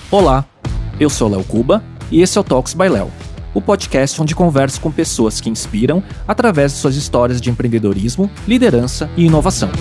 Olá, eu sou Léo Cuba e esse é o Talks by Léo, o podcast onde converso com pessoas que inspiram através de suas histórias de empreendedorismo, liderança e inovação.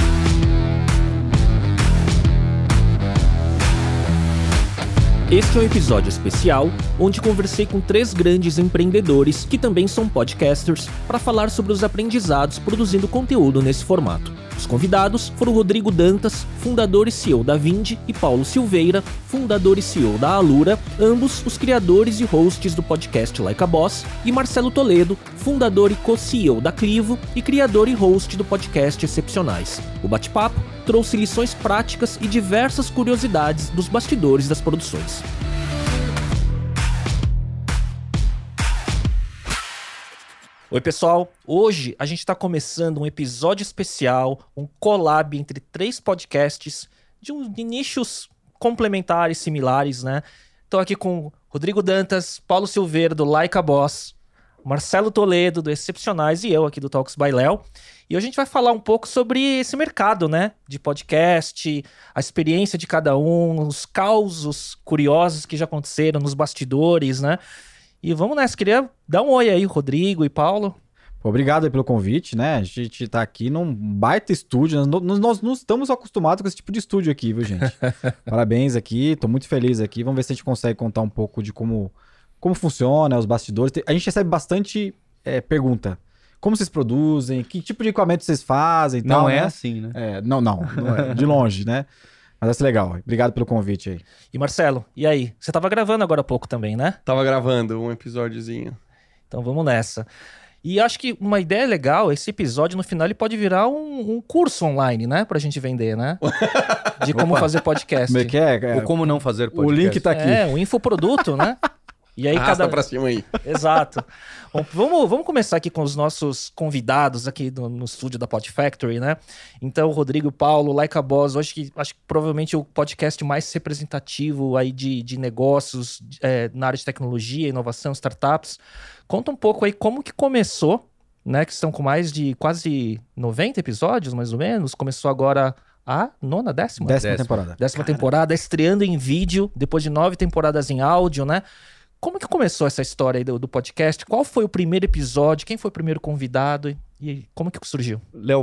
Este é um episódio especial onde conversei com 3 grandes empreendedores que também são podcasters para falar sobre os aprendizados produzindo conteúdo nesse formato. Os convidados foram Rodrigo Dantas, fundador e CEO da Vindi, e Paulo Silveira, fundador e CEO da Alura, ambos os criadores e hosts do podcast Like a Boss, e Marcelo Toledo, fundador e co-CEO da Clivo e criador e host do podcast Excepcionais. O bate-papo trouxe lições práticas e diversas curiosidades dos bastidores das produções. Oi pessoal, hoje a gente está começando um episódio especial, um collab entre 3 podcasts de nichos complementares, similares, né? Estou aqui com Rodrigo Dantas, Paulo Silveira do Like a Boss, Marcelo Toledo do Excepcionais e eu aqui do Talks by Léo. E hoje a gente vai falar um pouco sobre esse mercado, né? De podcast, a experiência de cada um, os causos curiosos que já aconteceram nos bastidores, né? E vamos nessa, queria dar um oi aí, Rodrigo e Paulo. Obrigado aí pelo convite, né? A gente tá aqui num baita estúdio, nós não estamos acostumados com esse tipo de estúdio aqui, viu, gente? Parabéns aqui, tô muito feliz aqui, vamos ver se a gente consegue contar um pouco de como funciona, os bastidores. A gente recebe bastante pergunta. Como vocês produzem, que tipo de equipamento vocês fazem e tal, Não né? é assim, né? Não é, de longe, né? Mas vai ser legal, obrigado pelo convite aí. E Marcelo, e aí? Você tava gravando agora há pouco também, né? Tava gravando um episódiozinho. Então vamos nessa. E acho que uma ideia legal, esse episódio no final ele pode virar um curso online, né? Pra gente vender, né? De como fazer podcast. Como é que é? Ou como não fazer podcast. O link tá aqui. Um infoproduto, né? E aí Arrasta pra cima aí. Exato. Bom, vamos começar aqui com os nossos convidados aqui no estúdio da Pod Factory, né? Então, Rodrigo e Paulo, Like a Boss, acho que provavelmente o podcast mais representativo aí de negócios na área de tecnologia, inovação, startups. Conta um pouco aí como que começou, né? Que estão com mais de quase 90 episódios, mais ou menos. Começou agora a 10ª temporada. 10ª temporada, estreando em vídeo, depois de 9 temporadas em áudio, né? Como que começou essa história aí do podcast? Qual foi o primeiro episódio? Quem foi o primeiro convidado? E como que surgiu? Léo,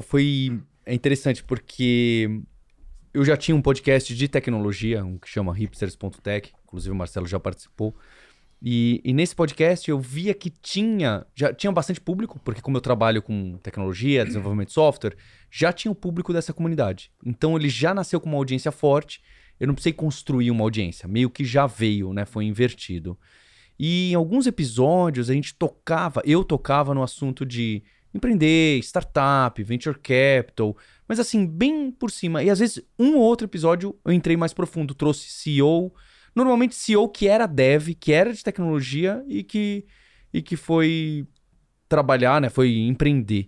é interessante porque eu já tinha um podcast de tecnologia, um que chama hipsters.tech, inclusive o Marcelo já participou. E nesse podcast eu via que já tinha bastante público, porque como eu trabalho com tecnologia, desenvolvimento de software, já tinha o público dessa comunidade. Então ele já nasceu com uma audiência forte, eu não precisei construir uma audiência, meio que já veio, né? Foi invertido. E em alguns episódios eu tocava no assunto de empreender, startup, venture capital, mas assim, bem por cima. E às vezes um ou outro episódio eu entrei mais profundo, trouxe CEO, normalmente CEO que era dev, que era de tecnologia e que foi trabalhar, né? Foi empreender.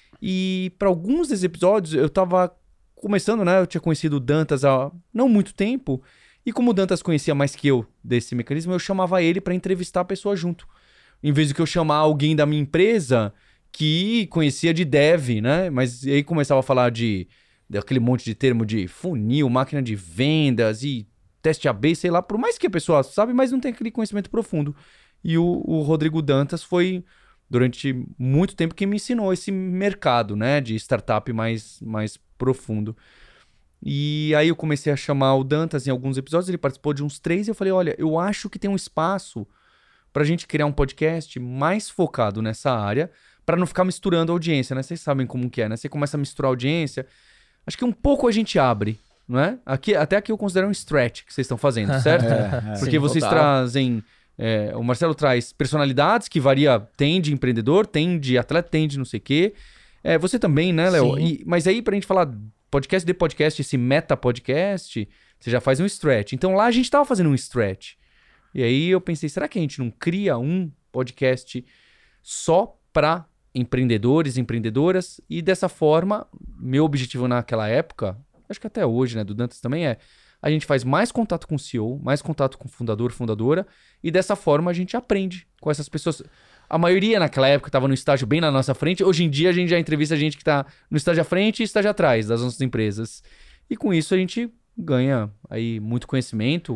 E para alguns desses episódios eu tava começando, né? Eu tinha conhecido o Dantas há não muito tempo. E como o Dantas conhecia mais que eu desse mecanismo, eu chamava ele para entrevistar a pessoa junto. Em vez de que eu chamar alguém da minha empresa que conhecia de dev, né? Mas aí começava a falar daquele monte de termo de funil, máquina de vendas e teste AB, sei lá. Por mais que a pessoa sabe, mas não tem aquele conhecimento profundo. E o Rodrigo Dantas foi, durante muito tempo, quem me ensinou esse mercado, né? De startup mais profundo. E aí eu comecei a chamar o Dantas em alguns episódios, ele participou de uns 3 e eu falei, olha, eu acho que tem um espaço pra gente criar um podcast mais focado nessa área, pra não ficar misturando a audiência, né? Vocês sabem como que é, né? Você começa a misturar a audiência, acho que um pouco a gente abre, não é? Até aqui eu considero um stretch que vocês estão fazendo, certo? Porque sim, vocês total. trazem... o Marcelo traz personalidades que varia, tem de empreendedor, tem de atleta, tem de não sei o quê. Você também, né, Léo? Mas aí pra gente falar... podcast de podcast, esse meta-podcast, você já faz um stretch. Então lá a gente tava fazendo um stretch. E aí eu pensei, será que a gente não cria um podcast só para empreendedores, empreendedoras? E dessa forma, meu objetivo naquela época, acho que até hoje, né, do Dantas também a gente faz mais contato com o CEO, mais contato com o fundador, fundadora, e dessa forma a gente aprende com essas pessoas. A maioria naquela época estava no estágio bem na nossa frente. Hoje em dia a gente já entrevista gente que está no estágio à frente e estágio atrás das nossas empresas. E com isso a gente ganha aí muito conhecimento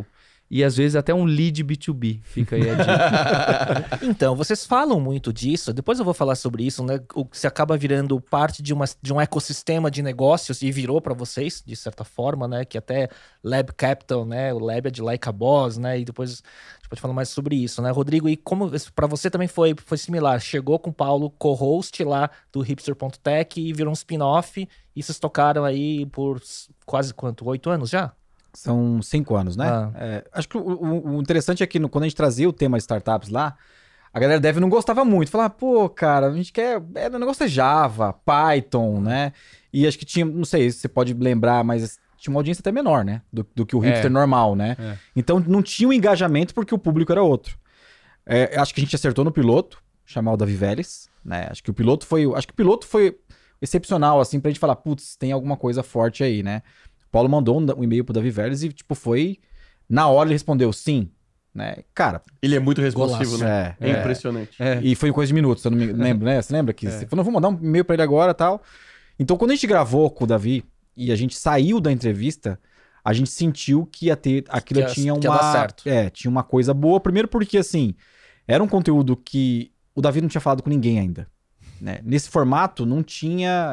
e às vezes até um lead B2B. Fica aí a dica. Então, vocês falam muito disso, depois eu vou falar sobre isso, né? Você acaba virando parte de um ecossistema de negócios e virou para vocês, de certa forma, né? Que até Lab Capital, né? O Lab é de Like a Boss, né? E depois a gente pode falar mais sobre isso, né? Rodrigo, e como para você também foi similar, chegou com o Paulo, co-host lá do hipster.tech e virou um spin-off e vocês tocaram aí por quase quanto? 8 anos já? São 5 anos, né? Ah. Acho que o interessante é que quando a gente trazia o tema de startups lá, a galera deve não gostava muito. Falava, pô, cara, a gente quer... O negócio é Java, Python, né? E acho que tinha, não sei se você pode lembrar, mas tinha uma audiência até menor, né? Do que o hipster normal, né? Então não tinha um engajamento porque o público era outro. Acho que a gente acertou no piloto, chamar o Davi Vélez, né? Acho que o piloto foi excepcional, assim, pra gente falar, putz, tem alguma coisa forte aí, né? O Paulo mandou um e-mail pro Davi Vélez e, tipo, foi... Na hora ele respondeu sim, né? Cara... Ele é muito responsivo, golaço. né? É impressionante. E foi coisa de minutos, eu não me lembro, né? Você lembra que você falou, não, vou mandar um e-mail pra ele agora e tal. Então, quando a gente gravou com o Davi e a gente saiu da entrevista, a gente sentiu que ia ter... Aquilo tinha que ia dar certo. Tinha uma coisa boa. Primeiro porque, assim, era um conteúdo que o Davi não tinha falado com ninguém ainda. Né? Nesse formato não tinha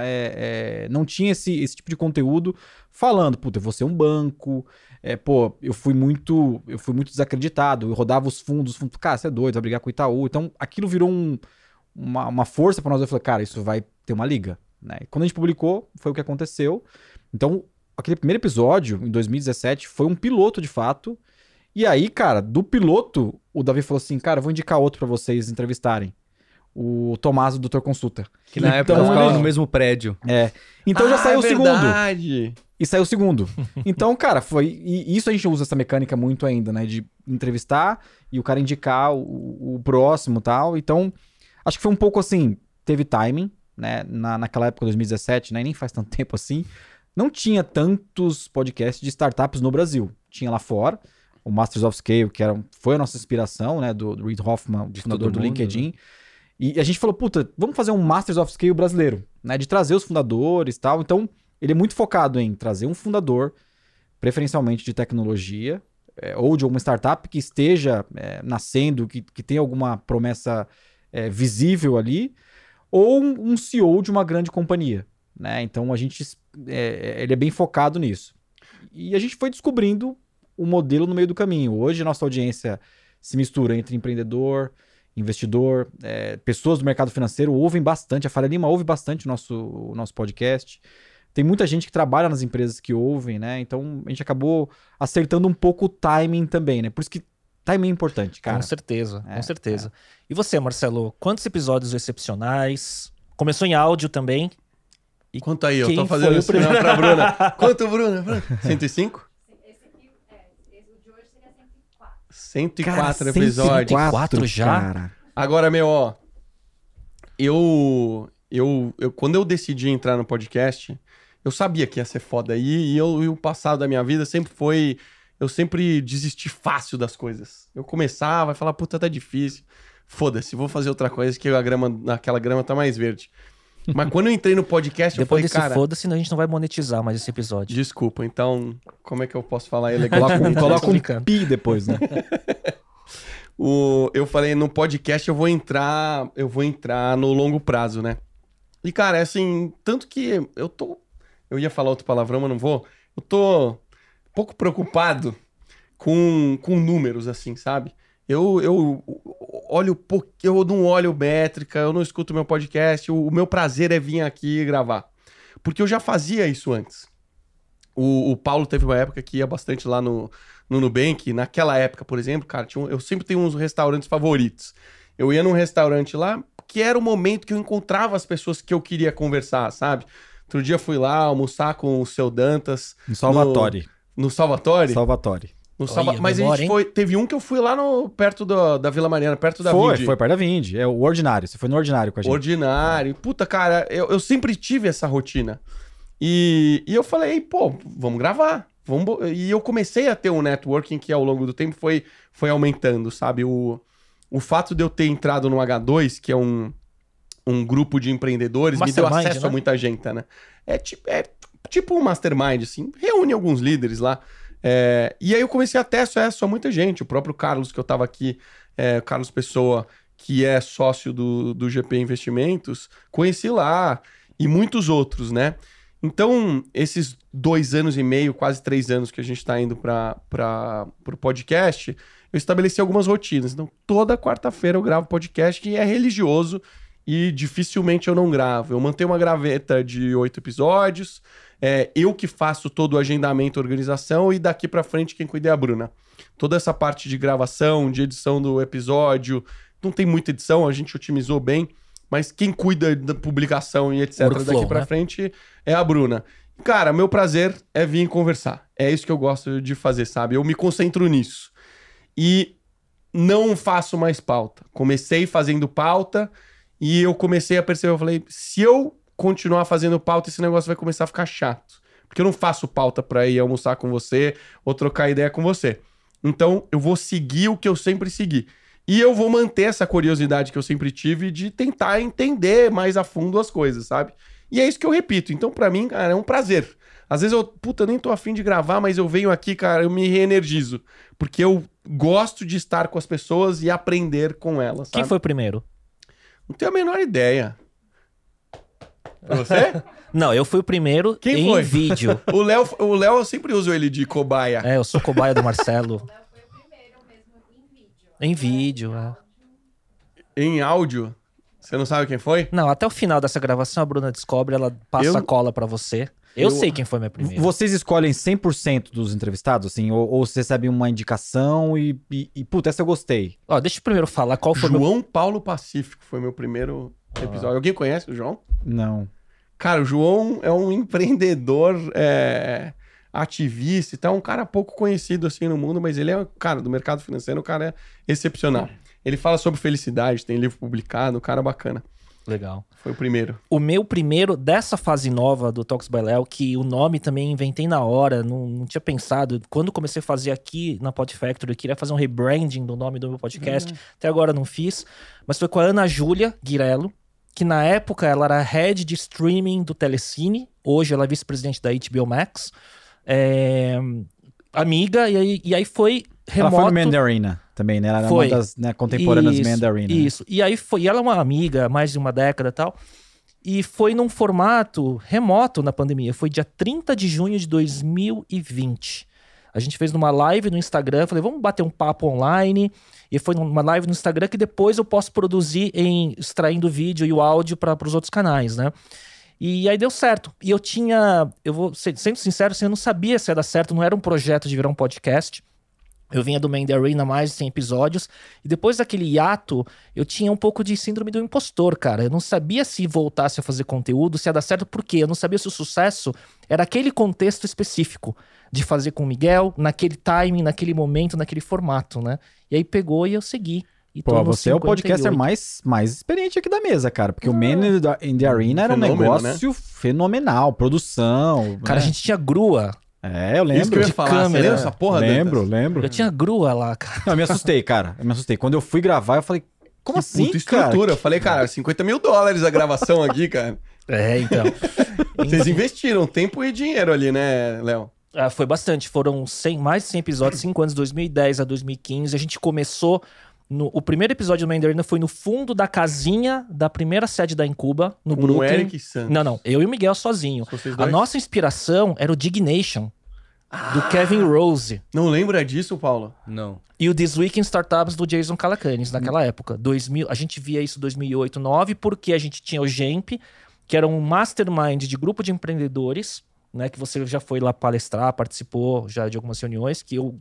esse tipo de conteúdo falando, puta, eu vou ser um banco, eu fui muito desacreditado, eu rodava os fundos, cara, você é doido, vai brigar com o Itaú. Então aquilo virou uma força pra nós. Eu falei, cara, isso vai ter uma liga, né? E quando a gente publicou, foi o que aconteceu. Então aquele primeiro episódio, em 2017, foi um piloto de fato. E aí, cara, do piloto, o Davi falou assim, cara, eu vou indicar outro pra vocês entrevistarem. O Tomás, do Doutor Consulta. Que na época ficava no mesmo prédio. Então já saiu o segundo. Verdade. E saiu o segundo. Então, cara, e isso a gente usa essa mecânica muito ainda, né? De entrevistar e o cara indicar o próximo e tal. Então, acho que foi um pouco assim, teve timing, né? Naquela época, 2017, né? Nem faz tanto tempo assim. Não tinha tantos podcasts de startups no Brasil. Tinha lá fora. O Masters of Scale, que foi a nossa inspiração, né? Do Reid Hoffman, fundador do LinkedIn. Né? E a gente falou, puta, vamos fazer um Masters of Scale brasileiro, né? De trazer os fundadores e tal. Então, ele é muito focado em trazer um fundador, preferencialmente de tecnologia, ou de alguma startup que esteja nascendo, que tem alguma promessa visível ali, ou um CEO de uma grande companhia, né? Então, ele é bem focado nisso. E a gente foi descobrindo o modelo no meio do caminho. Hoje, a nossa audiência se mistura entre empreendedor, investidor, pessoas do mercado financeiro ouvem bastante, a Faria Lima ouve bastante o nosso podcast. Tem muita gente que trabalha nas empresas que ouvem, né? Então a gente acabou acertando um pouco o timing também, né? Por isso que timing é importante, cara. Com certeza, com certeza. E você, Marcelo, quantos episódios excepcionais? Começou em áudio também? E quanto aí? Eu tô fazendo assim pra Bruna. Quanto, Bruna? 105? 104 episódios. 104 já? Cara. Agora, meu, quando eu decidi entrar no podcast, eu sabia que ia ser foda aí, e o passado da minha vida sempre foi... Eu sempre desisti fácil das coisas. Eu começava e falava, puta, tá difícil. Foda-se, vou fazer outra coisa que aquela grama tá mais verde. Mas quando eu entrei no podcast, depois eu falei, cara... foda-se, senão a gente não vai monetizar mais esse episódio. Desculpa, então, como é que eu posso falar elegante? Coloca um pi depois, né? Eu falei, no podcast eu vou entrar no longo prazo, né? E, cara, assim, tanto que eu ia falar outro palavrão, mas não vou. Eu tô um pouco preocupado com números, assim, sabe? Eu não olho métrica, eu não escuto meu podcast, o meu prazer é vir aqui gravar. Porque eu já fazia isso antes. O Paulo teve uma época que ia bastante lá no Nubank. Naquela época, por exemplo, cara, eu sempre tenho uns restaurantes favoritos. Eu ia num restaurante lá, que era o momento que eu encontrava as pessoas que eu queria conversar, sabe? Outro dia fui lá almoçar com o seu Dantas. No Salvatore. No Salvatore? Salvatore. Mas memória, a gente teve um que eu fui lá perto da Vila Mariana, perto da Vindi. Foi perto da Vindi. É o Ordinário. Você foi no Ordinário com a gente. Ordinário. Puta, cara, eu sempre tive essa rotina. E eu falei, pô, vamos gravar. E eu comecei a ter um networking que ao longo do tempo foi aumentando, sabe? O fato de eu ter entrado no H2, que é um grupo de empreendedores, me deu acesso a muita gente, né? É tipo um mastermind, assim. Reúne alguns líderes lá. E aí eu comecei a ter acesso a muita gente. O próprio Carlos, que eu tava aqui, Carlos Pessoa, que é sócio do GP Investimentos, conheci lá, e muitos outros, né? Então, esses 2 anos e meio, quase 3 anos que a gente tá indo para o podcast, eu estabeleci algumas rotinas. Então, toda quarta-feira eu gravo podcast, que é religioso, e dificilmente eu não gravo. Eu mantenho uma gaveta de 8 episódios, eu que faço todo o agendamento e organização, e daqui pra frente quem cuida é a Bruna. Toda essa parte de gravação, de edição do episódio, não tem muita edição, a gente otimizou bem, mas quem cuida da publicação e etc. Workflow, daqui pra frente é a Bruna. Cara, meu prazer é vir conversar. É isso que eu gosto de fazer, sabe? Eu me concentro nisso. E não faço mais pauta. Comecei fazendo pauta e eu comecei a perceber, eu falei, se eu continuar fazendo pauta, esse negócio vai começar a ficar chato. Porque eu não faço pauta pra ir almoçar com você ou trocar ideia com você. Então, eu vou seguir o que eu sempre segui. E eu vou manter essa curiosidade que eu sempre tive de tentar entender mais a fundo as coisas, sabe? E é isso que eu repito. Então, pra mim, cara, é um prazer. Às vezes eu, nem tô afim de gravar, mas eu venho aqui, cara, eu me reenergizo. Porque eu gosto de estar com as pessoas e aprender com elas, sabe? Quem foi o primeiro? Não tenho a menor ideia. Você? Não, eu fui o primeiro Quem em foi? vídeo. O Léo, eu sempre uso ele de cobaia. Eu sou cobaia do Marcelo. O Léo foi o primeiro mesmo em vídeo. Em vídeo, Em áudio. Você não sabe quem foi? Não, até o final dessa gravação a Bruna descobre, ela passa Eu- a cola pra você. Eu sei quem foi meu primeiro. Vocês escolhem 100% dos entrevistados, assim? Ou você recebe uma indicação e puta, essa eu gostei. Ó, deixa eu primeiro falar qual foi meu... João Paulo Pacífico foi meu primeiro episódio. Alguém conhece o João? Não. Cara, o João é um empreendedor ativista e tal, um cara pouco conhecido assim no mundo, mas ele é, cara, do mercado financeiro, o cara é excepcional. Ele fala sobre felicidade, tem livro publicado, um cara bacana. Legal. Foi o primeiro. O meu primeiro dessa fase nova do Talks by Léo, que o nome também inventei na hora, não tinha pensado. Quando comecei a fazer aqui na Pod Factory, eu queria fazer um rebranding do nome do meu podcast. Até agora não fiz. Mas foi com a Ana Júlia Guirello, que na época ela era head de streaming do Telecine. Hoje ela é vice-presidente da HBO Max. Amiga, e aí foi Ela remoto. foi no Mandarina também, né? Ela era Foi. uma das contemporâneas Isso, Mandarina. Isso. E aí foi. E ela é uma amiga, há mais de uma década e tal. E foi num formato remoto na pandemia. Foi dia 30 de junho de 2020. A gente fez numa live no Instagram. Falei, vamos bater um papo online. E foi numa live no Instagram que depois eu posso produzir extraindo o vídeo e o áudio para os outros canais, né? E aí deu certo. E eu vou sendo sincero, assim, eu não sabia se ia dar certo. Não era um projeto de virar um podcast. Eu vinha do Mandarina, mais de 100 episódios, e depois daquele hiato, eu tinha um pouco de síndrome do impostor, cara. Eu não sabia se voltasse a fazer conteúdo, se ia dar certo, por quê? Eu não sabia se o sucesso era aquele contexto específico de fazer com o Miguel, naquele timing, naquele momento, naquele formato, né? E aí pegou e eu segui. E tô Pô, no você é o 58. podcaster mais experiente aqui da mesa, cara. Porque o Man in the Arena era um fenômeno, negócio fenomenal. Produção. Cara, né? a gente tinha grua. É, eu Isso que eu lembro. ia de falar, câmera. você lembra essa porra, Lembro, Dantas? lembro. Eu tinha grua lá, cara. Não, eu me assustei, cara. Eu me assustei. Quando eu fui gravar, eu falei, como assim, Puta cara? estrutura. Eu falei, cara, $50 mil a gravação aqui, cara. Então. Vocês investiram tempo e dinheiro ali, né, Léo? Foi bastante. Foram mais de 100 episódios, 5 anos, 2010 a 2015. A gente começou... O primeiro episódio do Mandarina foi no fundo da casinha da primeira sede da Incuba, no Com Brooklyn. o Eric Santos. Não. Eu e o Miguel sozinho. Vocês A dois? nossa inspiração era o Dignation, do Kevin Rose. Não lembra disso, Paulo? Não. E o This Week in Startups do Jason Calacanis, naquela época. 2000, a gente via isso em 2008, 2009, porque a gente tinha o GEMP, que era um mastermind de grupo de empreendedores, né, que você já foi lá palestrar, participou já de algumas reuniões, que eu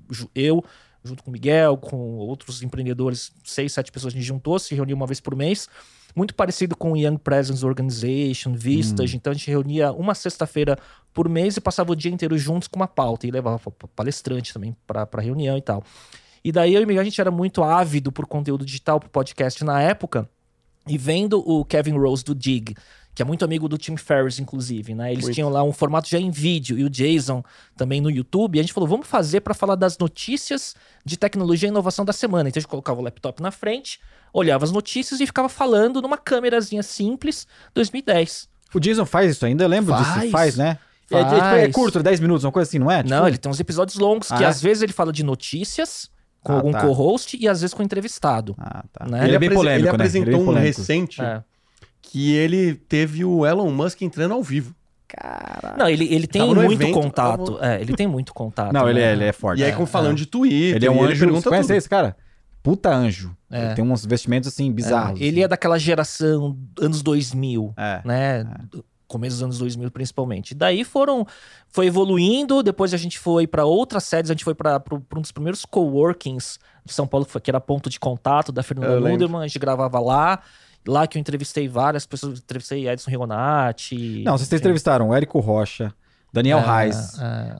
junto com o Miguel, com outros empreendedores, 6, 7 pessoas, a gente juntou, se reunia uma vez por mês. Muito parecido com o Young Presence Organization, Vistage. Então a gente reunia uma sexta-feira por mês e passava o dia inteiro juntos com uma pauta. E levava palestrante também para reunião e tal. E daí eu e o Miguel, a gente era muito ávido por conteúdo digital, por podcast na época. E vendo o Kevin Rose do Dig, que é muito amigo do Tim Ferriss, inclusive, né? Eles tinham lá um formato já em vídeo, e o Jason também no YouTube. E a gente falou, vamos fazer para falar das notícias de tecnologia e inovação da semana. Então a gente colocava o laptop na frente, olhava as notícias e ficava falando numa câmerazinha simples, 2010. O Jason faz isso ainda? Eu lembro disso. Faz, né? É curto, 10 minutos, uma coisa assim, não é? Tipo, Não, ele tem uns episódios longos que é? às vezes ele fala de notícias com algum tá. co-host e às vezes com entrevistado. Tá. Né? Ele é bem polêmico, Ele né? apresentou Ele é bem um polêmico. recente É. que ele teve o Elon Musk entrando ao vivo. Caralho. Não, ele tem Tava no muito evento, contato. Ele tem muito contato. Não, né? ele é forte. E aí, falando de Twitter, Ele é um e ele anjo. pergunta Você conhece tudo. esse cara? Puta anjo. É. Ele tem uns vestimentos assim bizarros. Ele é daquela geração anos 2000, É. né? Começo dos anos 2000 principalmente. Daí foi evoluindo, depois a gente foi pra outras sedes, a gente foi pra um dos primeiros coworkings de São Paulo, que era ponto de contato da Fernanda Eu lembro. Nudelman, a gente gravava lá que eu entrevistei várias pessoas, entrevistei Edson Rigonati. Não, vocês enfim. entrevistaram o Érico Rocha, Daniel Reis,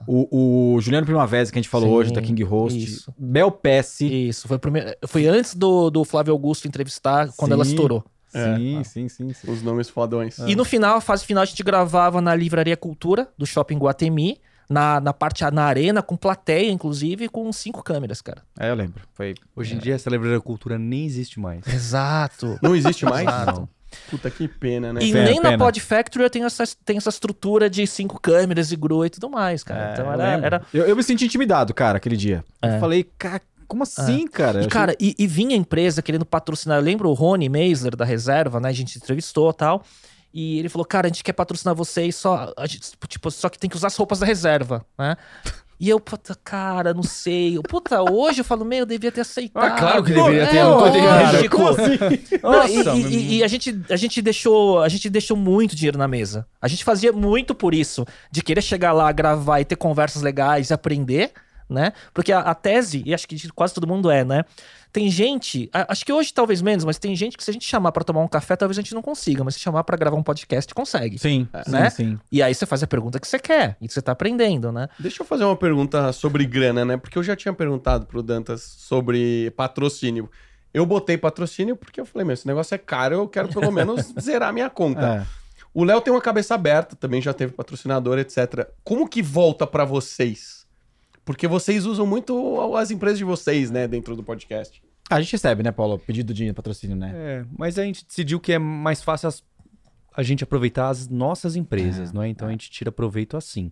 o Juliano Primavera, que a gente falou Sim, hoje, da King Host, isso. Bel Pesce. Isso, foi antes do Flávio Augusto entrevistar, quando ela Sim. estourou. Sim. Os nomes fodões. E no final, a fase final, a gente gravava na Livraria Cultura, do Shopping Guatemi, na arena, com plateia, inclusive, com 5 câmeras, cara. Eu lembro. Foi... Hoje em dia, essa livraria cultura nem existe mais. Exato. Não existe mais? Exato. Puta que pena, né? E Pena, nem na pena. Pod Factory eu tenho essa estrutura de 5 câmeras e grua e tudo mais, cara. Então era... Eu me senti intimidado, cara, aquele dia. Eu falei, cara, como assim, cara? E, Eu cara, e vinha a empresa querendo patrocinar. Eu lembro o Rony Meisler, da Reserva, né? A gente entrevistou e tal. E ele falou, cara, a gente quer patrocinar vocês, só que tem que usar as roupas da Reserva, né? E eu, puta, cara, não sei. Puta, hoje eu falo, eu devia ter aceitado. Ah, claro que deveria ter, É, não tô entendendo. lógico. Não, Nossa, e a gente deixou muito dinheiro na mesa. A gente fazia muito por isso, de querer chegar lá, gravar e ter conversas legais e aprender, né? Porque a tese, e acho que quase todo mundo né? Tem gente, acho que hoje talvez menos, mas tem gente que se a gente chamar pra tomar um café, talvez a gente não consiga, mas se chamar pra gravar um podcast, consegue. Sim, né? sim. E aí você faz a pergunta que você quer, e que você tá aprendendo, né? Deixa eu fazer uma pergunta sobre grana, né? Porque eu já tinha perguntado pro Dantas sobre patrocínio. Eu botei patrocínio porque eu falei, esse negócio é caro, eu quero pelo menos zerar minha conta. O Léo tem uma cabeça aberta, também já teve patrocinador, etc. Como que volta pra vocês? Porque vocês usam muito as empresas de vocês, né, dentro do podcast. A gente recebe, né, Paulo? Pedido de patrocínio, né? Mas a gente decidiu que é mais fácil a gente aproveitar as nossas empresas, não é? Então a gente tira proveito assim.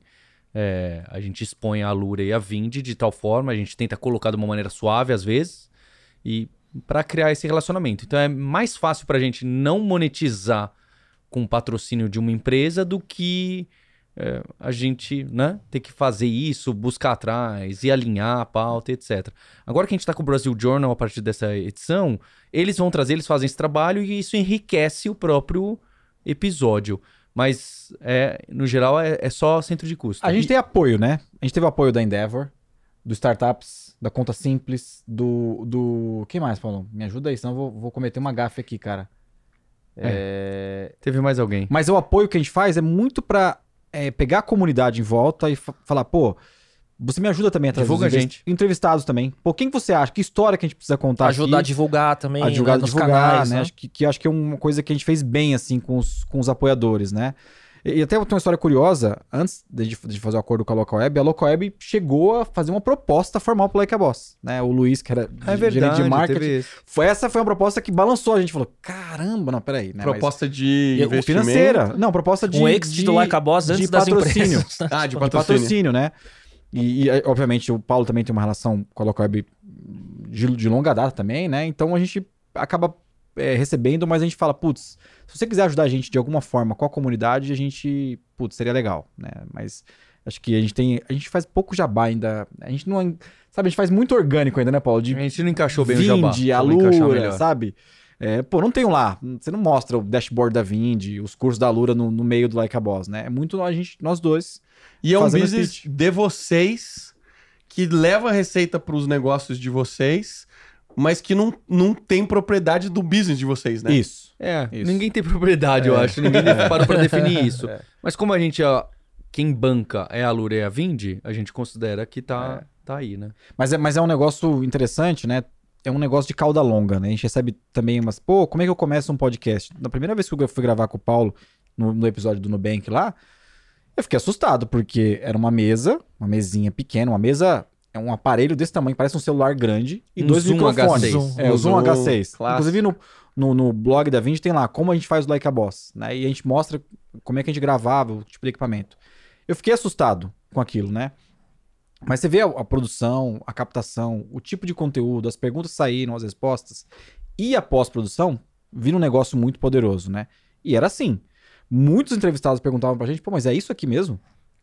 A gente expõe a Alura e a Vindi de tal forma, a gente tenta colocar de uma maneira suave às vezes, e para criar esse relacionamento. Então é mais fácil pra gente não monetizar com o patrocínio de uma empresa do que a gente, né, ter que fazer isso, buscar atrás e alinhar a pauta, etc. Agora que a gente está com o Brasil Journal a partir dessa edição, eles vão trazer, eles fazem esse trabalho e isso enriquece o próprio episódio. Mas, no geral, é só centro de custo. A gente tem apoio, né? A gente teve apoio da Endeavor, do Startups, da Conta Simples, do... Quem mais, Paulo? Me ajuda aí, senão eu vou cometer uma gafe aqui, cara. Teve mais alguém. Mas o apoio que a gente faz é muito pra pegar a comunidade em volta e falar, pô, você me ajuda também a trazer Divulga a gente. entrevistados também. Pô, quem você acha? Que história que a gente precisa contar Ajudar a aqui? divulgar também, Ajudar a nos divulgar, canais, né? né? Acho que é uma coisa que a gente fez bem, assim, com os apoiadores, né? E até tem uma história curiosa, antes de fazer o acordo com a Local Web, a Local Web chegou a fazer uma proposta formal pro Like a Boss, né? O Luiz, que era gerente de marketing, teve isso. essa foi uma proposta que balançou a gente, falou, caramba, não, peraí, né? Proposta de Mas, investimento. financeira, não, proposta de... Um exit do Like a Boss antes de das patrocínio. empresas. Ah, de De patrocínio. patrocínio, né? E, obviamente, o Paulo também tem uma relação com a Local Web de longa data também, né? Então a gente acaba recebendo, mas a gente fala, putz, se você quiser ajudar a gente de alguma forma com a comunidade, a gente, putz, seria legal, né? Mas acho que a gente faz pouco jabá ainda, a gente não, sabe, a gente faz muito orgânico ainda, né, Paulo? A gente não encaixou bem o jabá. Vindi, Vamos encaixar Alura, melhor. sabe? Pô, não tem lá, você não mostra o dashboard da Vindi, os cursos da Alura no meio do Like a Boss, né? É muito nós dois. E é um fazendo business pitch. de vocês que leva a receita para os negócios de vocês, mas que não tem propriedade do business de vocês, né? Isso. Isso. Ninguém tem propriedade, eu acho. Ninguém parou pra definir isso. Mas como a gente, quem banca é a Alura e a Vindi, a gente considera que tá aí, né? Mas é um negócio interessante, né? É um negócio de cauda longa, né? A gente recebe também umas... Pô, como é que eu começo um podcast? Na primeira vez que eu fui gravar com o Paulo, no episódio do Nubank lá, eu fiquei assustado, porque era uma mesinha pequena, uma mesa... É um aparelho desse tamanho, parece um celular grande, e Um 2 Zoom microfones. H6. O Zoom H6. Clássico. Inclusive no blog da Vindi tem lá como a gente faz o Like a Boss, né? E a gente mostra como é que a gente gravava, o tipo de equipamento. Eu fiquei assustado com aquilo, né? Mas você vê a produção, a captação, o tipo de conteúdo, as perguntas que saíram, as respostas e a pós-produção, vira um negócio muito poderoso, né? E era assim. Muitos entrevistados perguntavam pra gente, pô, mas é isso aqui mesmo?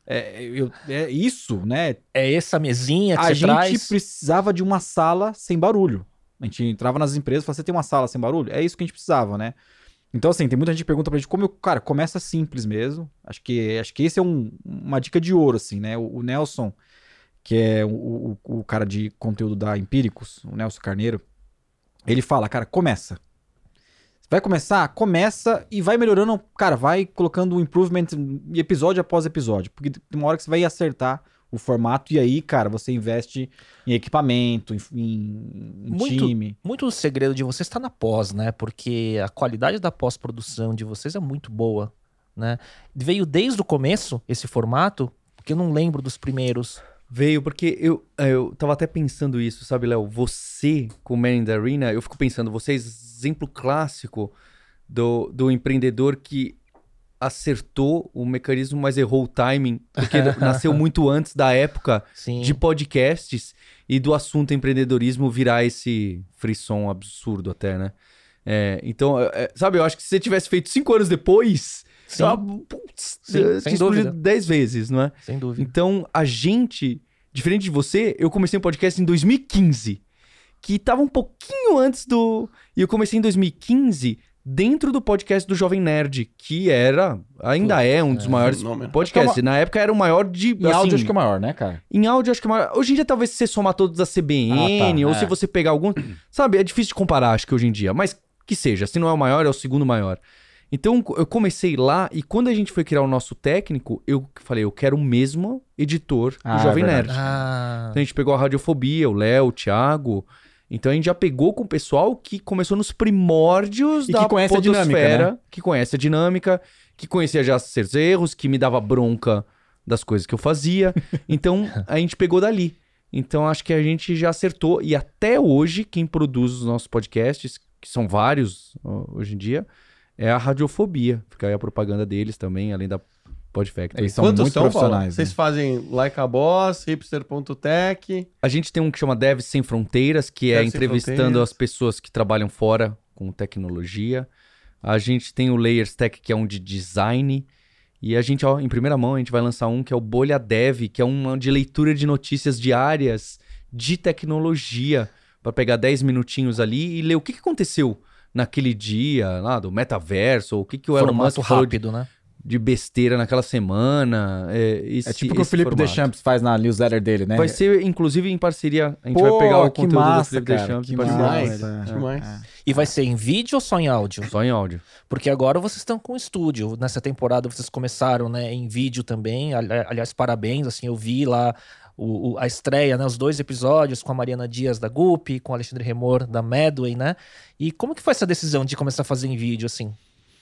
É isso, né? É essa mesinha que A você gente traz? precisava de uma sala sem barulho. A gente entrava nas empresas e falava, você tem uma sala sem barulho? É isso que a gente precisava, né? Então, assim, tem muita gente que pergunta pra gente cara, começa simples mesmo. Acho que esse é uma dica de ouro, assim, né? O Nelson, que é o cara de conteúdo da Empíricos, o Nelson Carneiro, ele fala, cara, começa. Vai começar? Começa e vai melhorando, cara, vai colocando um improvement episódio após episódio, porque tem uma hora que você vai acertar o formato e aí, cara, você investe em equipamento, em time. Muito do segredo de vocês está na pós, né? Porque a qualidade da pós-produção de vocês é muito boa, né? Veio desde o começo esse formato, porque eu não lembro dos primeiros. Veio, porque eu tava até pensando isso, sabe, Léo? Você, com o Man in the Arena, eu fico pensando, você é exemplo clássico do empreendedor que acertou o mecanismo, mas errou o timing, porque nasceu muito antes da época Sim. de podcasts e do assunto empreendedorismo virar esse frisson absurdo até, né? Então, sabe, eu acho que se você tivesse feito 5 anos depois... Sim. Putz, Sim, sem dúvida. 10 vezes, não é? Sem dúvida. Então, a gente, diferente de você, eu comecei um podcast em 2015, que tava um pouquinho antes E eu comecei em 2015 dentro do podcast do Jovem Nerd, que ainda é um dos maiores fenômeno. podcasts. Na época era o maior de... Em áudio acho que é o maior, né, cara? Em áudio acho que é o maior. Hoje em dia, talvez se você somar todos da CBN, ou se você pegar algum... Sabe, é difícil de comparar, acho que hoje em dia. Mas que seja, se não é o maior, é o segundo maior. Então, eu comecei lá e quando a gente foi criar o nosso técnico, eu falei, eu quero o mesmo editor do Jovem Nerd. Então, a gente pegou a Radiofobia, o Léo, o Thiago. Então, a gente já pegou com o pessoal que começou nos primórdios E da que conhece a dinâmica, podosfera, né? que conhece a dinâmica, que conhecia já seus erros, que me dava bronca das coisas que eu fazia. Então, a gente pegou dali. Então, acho que a gente já acertou. E até hoje, quem produz os nossos podcasts, que são vários hoje em dia... É a Radiofobia. Fica aí a propaganda deles também, além da Podfactory. Eles são Quantos muito são, Paulo? profissionais. Vocês fazem Like a Boss, hipster.tech. A gente tem um que chama Devs Sem Fronteiras, que é Devs Sem entrevistando Fronteiras. as pessoas que trabalham fora com tecnologia. A gente tem o Layers Tech, que é um de design. E a gente, em primeira mão, a gente vai lançar um que é o Bolha Dev, que é uma de leitura de notícias diárias de tecnologia, para pegar 10 minutinhos ali e ler o que aconteceu naquele dia lá do metaverso, ou o que o Elon Musk Formato falou rápido, né? de besteira naquela semana. É tipo o que o Felipe formato. Deschamps faz na newsletter dele, né? Vai ser, inclusive, em parceria. A gente Pô, vai pegar o que conteúdo massa, do Felipe cara, Deschamps que em parceria com Demais, ele. demais. E vai ser em vídeo ou só em áudio? Só em áudio. Porque agora vocês estão com estúdio. Nessa temporada vocês começaram, né, em vídeo também. Aliás, parabéns. Assim, eu vi lá a estreia, né, os 2 episódios com a Mariana Dias da Gup, com o Alexandre Remor da Medway, né? E como que foi essa decisão de começar a fazer em vídeo, assim?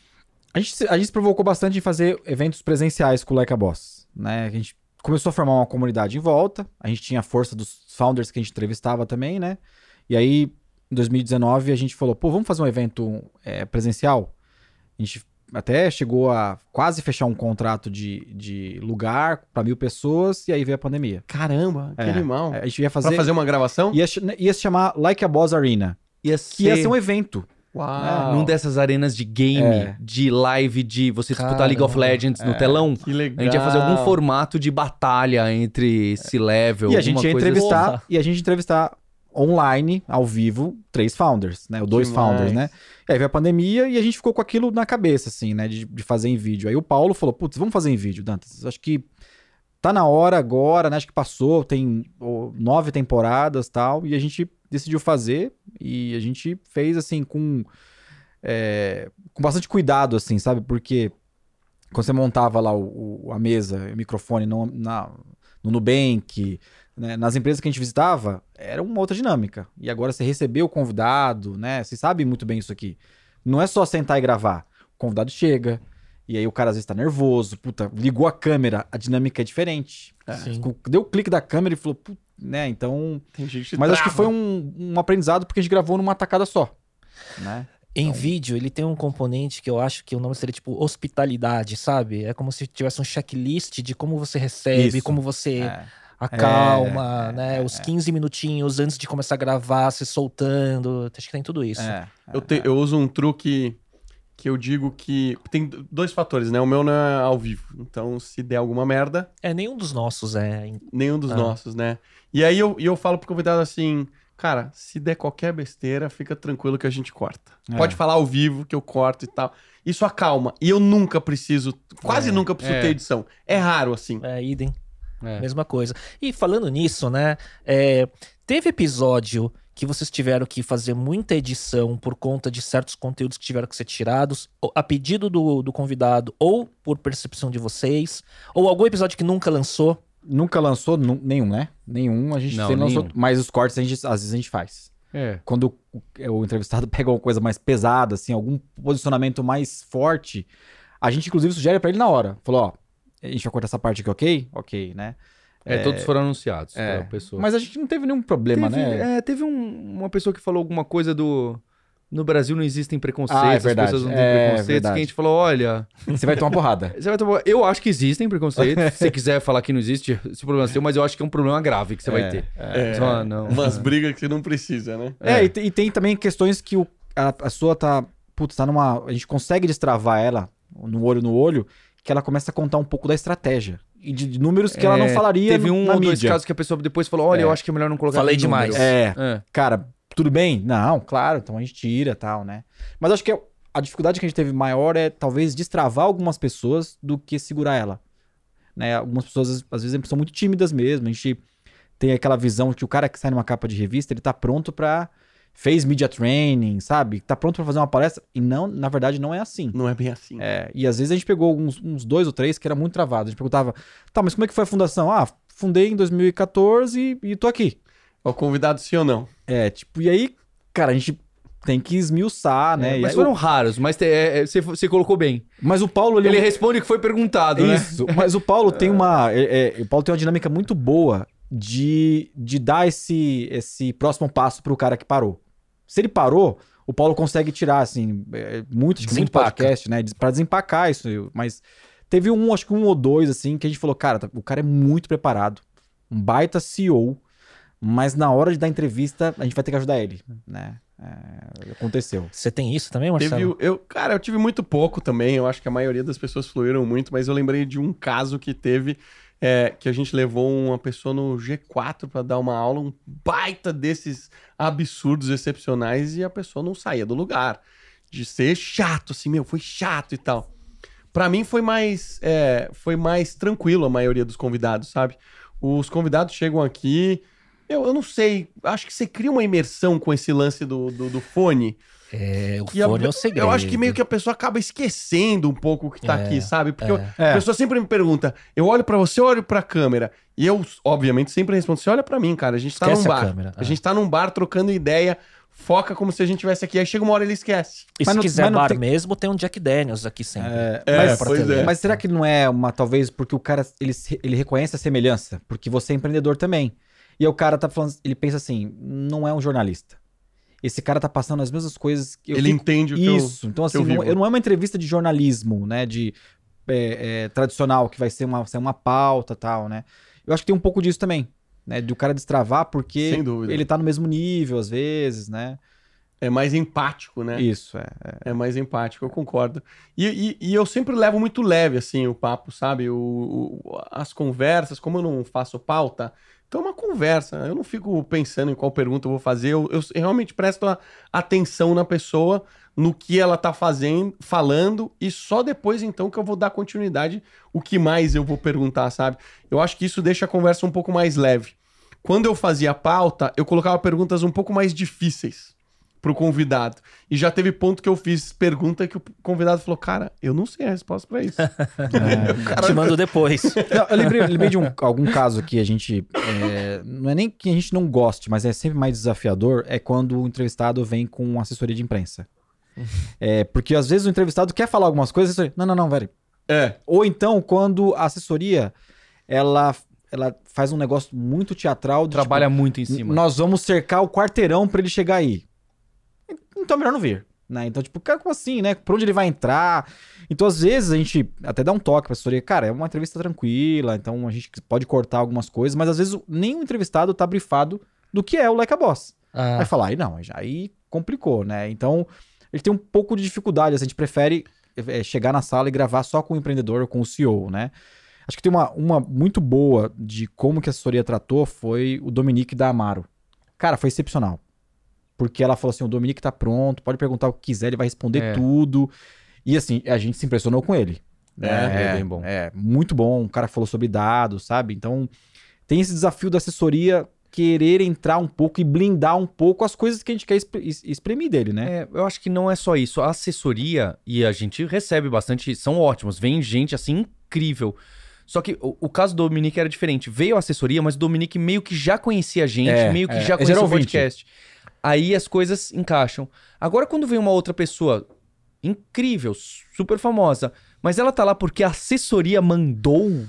A gente se provocou bastante em fazer eventos presenciais com o Like a Boss, né? A gente começou a formar uma comunidade em volta, a gente tinha a força dos founders que a gente entrevistava também, né? E aí, em 2019, a gente falou, pô, vamos fazer um evento presencial? A gente até chegou a quase fechar um contrato de lugar para 1.000 pessoas e aí veio a pandemia. Caramba, que animal. A gente ia Pra fazer uma gravação? Ia se chamar Like a Boss Arena, Ia que ia ser um evento. Uau. num dessas arenas de game, de live, de você disputar League of Legends no telão. Que legal. A gente ia fazer algum formato de batalha entre C-level. E a gente ia alguma coisa entrevistar online, ao vivo, 3 founders, né? Ou 2 Demais. founders, né? E aí veio a pandemia e a gente ficou com aquilo na cabeça, assim, né? De fazer em vídeo. Aí o Paulo falou, putz, vamos fazer em vídeo, Dantas. Acho que tá na hora agora, né? Acho que passou, tem 9 temporadas e tal. E a gente decidiu fazer e a gente fez, assim, com bastante cuidado, assim, sabe? Porque quando você montava lá a mesa, o microfone no Nubank, né, nas empresas que a gente visitava, era uma outra dinâmica. E agora você recebeu o convidado, né? Você sabe muito bem isso aqui. Não é só sentar e gravar. O convidado chega, e aí o cara às vezes tá nervoso, puta, ligou a câmera, a dinâmica é diferente. Sim. Deu o clique da câmera e falou, puta, né? Então. Tem gente Mas acho que trava. foi um aprendizado porque a gente gravou numa tacada só, né? Em vídeo, ele tem um componente que eu acho que o nome seria tipo hospitalidade, sabe? É como se tivesse um checklist de como você recebe, Isso. como você É. acalma, né? Os 15 minutinhos antes de começar a gravar, se soltando. Acho que tem tudo isso. Eu uso um truque que eu digo que... Tem dois fatores, né? O meu não é ao vivo. Então, se der alguma merda, Nenhum dos nossos é. nenhum dos nossos, né? E aí eu falo pro convidado assim... Cara, se der qualquer besteira, fica tranquilo que a gente corta. Pode falar ao vivo que eu corto e tal. Isso acalma. E eu nunca preciso... Quase nunca preciso ter edição. É raro, assim. Idem. É. Mesma coisa. E falando nisso, né? Teve episódio que vocês tiveram que fazer muita edição por conta de certos conteúdos que tiveram que ser tirados, a pedido do convidado, ou por percepção de vocês, ou algum episódio que nunca lançou. Nunca lançou nenhum, né? Nenhum, a gente Não, sempre lançou. nenhum. Mas os cortes, às vezes a gente faz. Quando o entrevistado pega alguma coisa mais pesada, assim, algum posicionamento mais forte, a gente inclusive sugere pra ele na hora. Falou, ó, a gente vai cortar essa parte aqui, ok? Ok, né? Todos foram anunciados pra pessoa. Mas a gente não teve nenhum problema, né? Teve uma pessoa que falou alguma coisa do... No Brasil não existem preconceitos, Ah, é verdade. as pessoas não têm É preconceitos, verdade. que a gente falou, olha... Você vai tomar porrada. Eu acho que existem preconceitos, se você quiser falar que não existe, esse problema é seu, mas eu acho que é um problema grave que você vai ter. Só, não. Umas brigas que não precisa, né? E tem também questões que a pessoa tá numa... A gente consegue destravar ela no olho, que ela começa a contar um pouco da estratégia. E de números que ela não falaria Teve um na ou dois mídia. casos que a pessoa depois falou, olha, eu acho que é melhor não colocar Falei aquele número. demais. Cara, tudo bem? Não, claro, então a gente tira e tal, né? Mas acho que a dificuldade que a gente teve maior é talvez destravar algumas pessoas do que segurar ela. Né? Algumas pessoas, às vezes, são muito tímidas mesmo. A gente tem aquela visão que o cara que sai numa capa de revista, ele tá pronto fez media training, sabe? Tá pronto pra fazer uma palestra. E não, na verdade, não é assim. Não é bem assim. E às vezes a gente pegou uns 2 ou 3 que era muito travado. A gente perguntava, tá, mas como é que foi a fundação? Ah, fundei em 2014 e tô aqui. O convidado sim ou não? E aí, cara, a gente tem que esmiuçar, né? Mas E aí, foram raros, mas você colocou bem. mas o Paulo... Ele responde o que foi perguntado, né? Isso, mas o Paulo tem o Paulo tem uma dinâmica muito boa de dar esse próximo passo pro cara que parou. Se ele parou, o Paulo consegue tirar, assim, muito podcast, né? Pra desempacar isso. Mas teve acho que um ou dois, assim, que a gente falou, cara, o cara é muito preparado. Um baita CEO. Mas na hora de dar entrevista, a gente vai ter que ajudar ele, né? Aconteceu. Você tem isso também, Marcelo? Cara, eu tive muito pouco também. Eu acho que a maioria das pessoas fluíram muito, mas eu lembrei de um caso que teve... que a gente levou uma pessoa no G4 pra dar uma aula, um baita desses absurdos excepcionais, e a pessoa não saía do lugar. De ser chato, assim, foi chato e tal. Pra mim foi mais tranquilo a maioria dos convidados, sabe? Os convidados chegam aqui... Eu não sei, acho que você cria uma imersão com esse lance do fone. O fone é o segredo. Eu acho que meio que a pessoa acaba esquecendo um pouco o que tá aqui, sabe? Porque a pessoa sempre me pergunta, eu olho pra você, eu olho pra câmera. E eu, obviamente, sempre respondo, você olha pra mim, cara, a gente tá Esquece num a bar. câmera, A gente tá num bar trocando ideia, foca como se a gente estivesse aqui. Aí chega uma hora ele esquece. E Mas se não- quiser mas não bar tem- mesmo, tem um Jack Daniels aqui sempre. Mas, pois é. mas será que não é talvez porque o cara, ele reconhece a semelhança? Porque você é empreendedor também. E aí o cara tá falando, ele pensa assim, não é um jornalista. Esse cara tá passando as mesmas coisas que Ele entende o que Isso, então assim, eu vivo. não é uma entrevista de jornalismo, né, tradicional, que vai ser uma pauta e tal, né. Eu acho que tem um pouco disso também, né, de o cara destravar porque Sem dúvida. ele tá no mesmo nível, às vezes, né. É mais empático, né? Isso, É mais empático, eu concordo. E eu sempre levo muito leve, assim, o papo, sabe? As conversas, como eu não faço pauta, então é uma conversa. Eu não fico pensando em qual pergunta eu vou fazer. Eu realmente presto atenção na pessoa, no que ela tá falando, e só depois, então, que eu vou dar continuidade o que mais eu vou perguntar, sabe? Eu acho que isso deixa a conversa um pouco mais leve. Quando eu fazia pauta, eu colocava perguntas um pouco mais difíceis pro convidado. E já teve ponto que eu fiz pergunta que o convidado falou, cara, eu não sei a resposta pra isso. Te mando depois. Não, eu lembrei de algum caso que a gente... não é nem que a gente não goste, mas é sempre mais desafiador, é quando o entrevistado vem com assessoria de imprensa. Porque às vezes o entrevistado quer falar algumas coisas, a assessoria, não, velho. Ou então quando a assessoria, ela faz um negócio muito teatral. Trabalha muito em cima. Nós vamos cercar o quarteirão pra ele chegar aí. Então é melhor não vir. né? Então, tipo, cara, como assim, né? Por onde ele vai entrar? Então, às vezes, a gente até dá um toque pra assessoria. Cara, é uma entrevista tranquila, então a gente pode cortar algumas coisas, mas às vezes nem o entrevistado tá brifado do que é o Like a Boss. Vai falar, aí não, aí complicou, né? Então, ele tem um pouco de dificuldade, assim, a gente prefere chegar na sala e gravar só com o empreendedor ou com o CEO, né? Acho que tem uma muito boa de como que a assessoria tratou foi o Dominique da Amaro. Cara, foi excepcional. Porque ela falou assim, o Dominique tá pronto, pode perguntar o que quiser, ele vai responder tudo. E assim, a gente se impressionou com ele. É bem bom. É, muito bom. O cara falou sobre dados, sabe? Então, tem esse desafio da assessoria querer entrar um pouco e blindar um pouco as coisas que a gente quer exprimir dele, né? Eu acho que não é só isso. A assessoria, e a gente recebe bastante, são ótimos. Vem gente, assim, incrível. Só que o caso do Dominique era diferente. Veio a assessoria, mas o Dominique meio que já conhecia a gente, meio que já conhecia o podcast. Aí as coisas encaixam. Agora, quando vem uma outra pessoa incrível, super famosa, mas ela tá lá porque a assessoria mandou...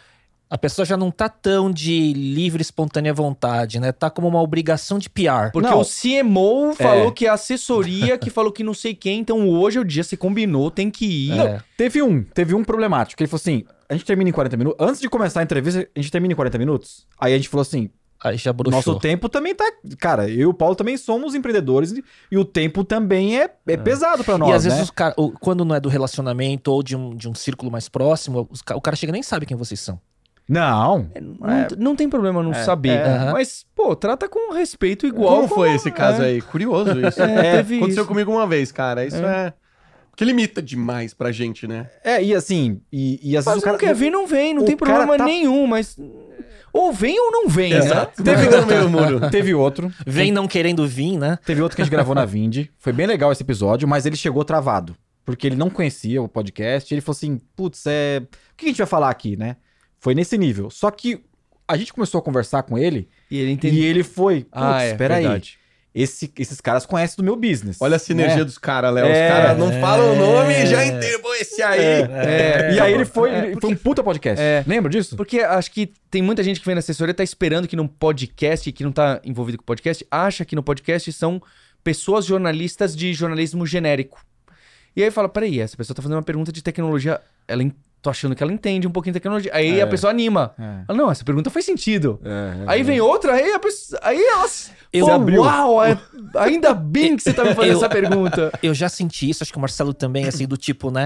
A pessoa já não tá tão de livre, espontânea vontade, né? Tá como uma obrigação de PR. Porque o CMO falou que é a assessoria que falou que não sei quem, então hoje é o dia, você combinou, tem que ir. Não, teve um problemático, ele falou assim, a gente termina em 40 minutos, antes de começar a entrevista, a gente termina em 40 minutos, aí a gente falou assim, Aí já bruxou. nosso tempo também tá... Cara, eu e o Paulo também somos empreendedores e o tempo também é pesado pra nós, E às né? vezes, quando não é do relacionamento ou de um círculo mais próximo, o cara chega e nem sabe quem vocês são. Não. Não tem problema não saber. Mas, pô, trata com respeito igual. Como foi esse caso aí? Curioso isso. Teve Aconteceu isso. comigo uma vez, cara. Isso é... Porque limita demais pra gente, né? E assim, e às Mas vezes o cara... não quer vir, não vem, não o tem cara problema tá- nenhum, mas... Ou vem ou não vem, Exato. né? Teve no meio do muro. Teve outro. Vem não querendo vir, né? Teve outro que a gente gravou na Vind. Foi bem legal esse episódio, mas ele chegou travado. Porque ele não conhecia o podcast. E ele falou assim, putz, o que a gente vai falar aqui, né? Foi nesse nível. Só que a gente começou a conversar com ele E ele entendeu. e ele foi, putz, espera aí. verdade. Esses caras conhecem do meu business. Olha a sinergia né? dos caras, Léo. Os caras não falam o nome e já entendem. Pô, esse aí. E aí ele foi um puta podcast. Lembra disso? Porque acho que tem muita gente que vem na assessoria, tá esperando que num podcast, que não tá envolvido com podcast, acha que no podcast são pessoas jornalistas de jornalismo genérico. E aí fala, peraí, essa pessoa tá fazendo uma pergunta de tecnologia, tô achando que ela entende um pouquinho de tecnologia. Aí a pessoa anima. Fala, não, essa pergunta faz sentido. Aí vem outra, aí ela... Eu Pô, abriu. uau, ainda bem que você tá me fazendo essa pergunta. Eu já senti isso, acho que o Marcelo também, assim, do tipo, né?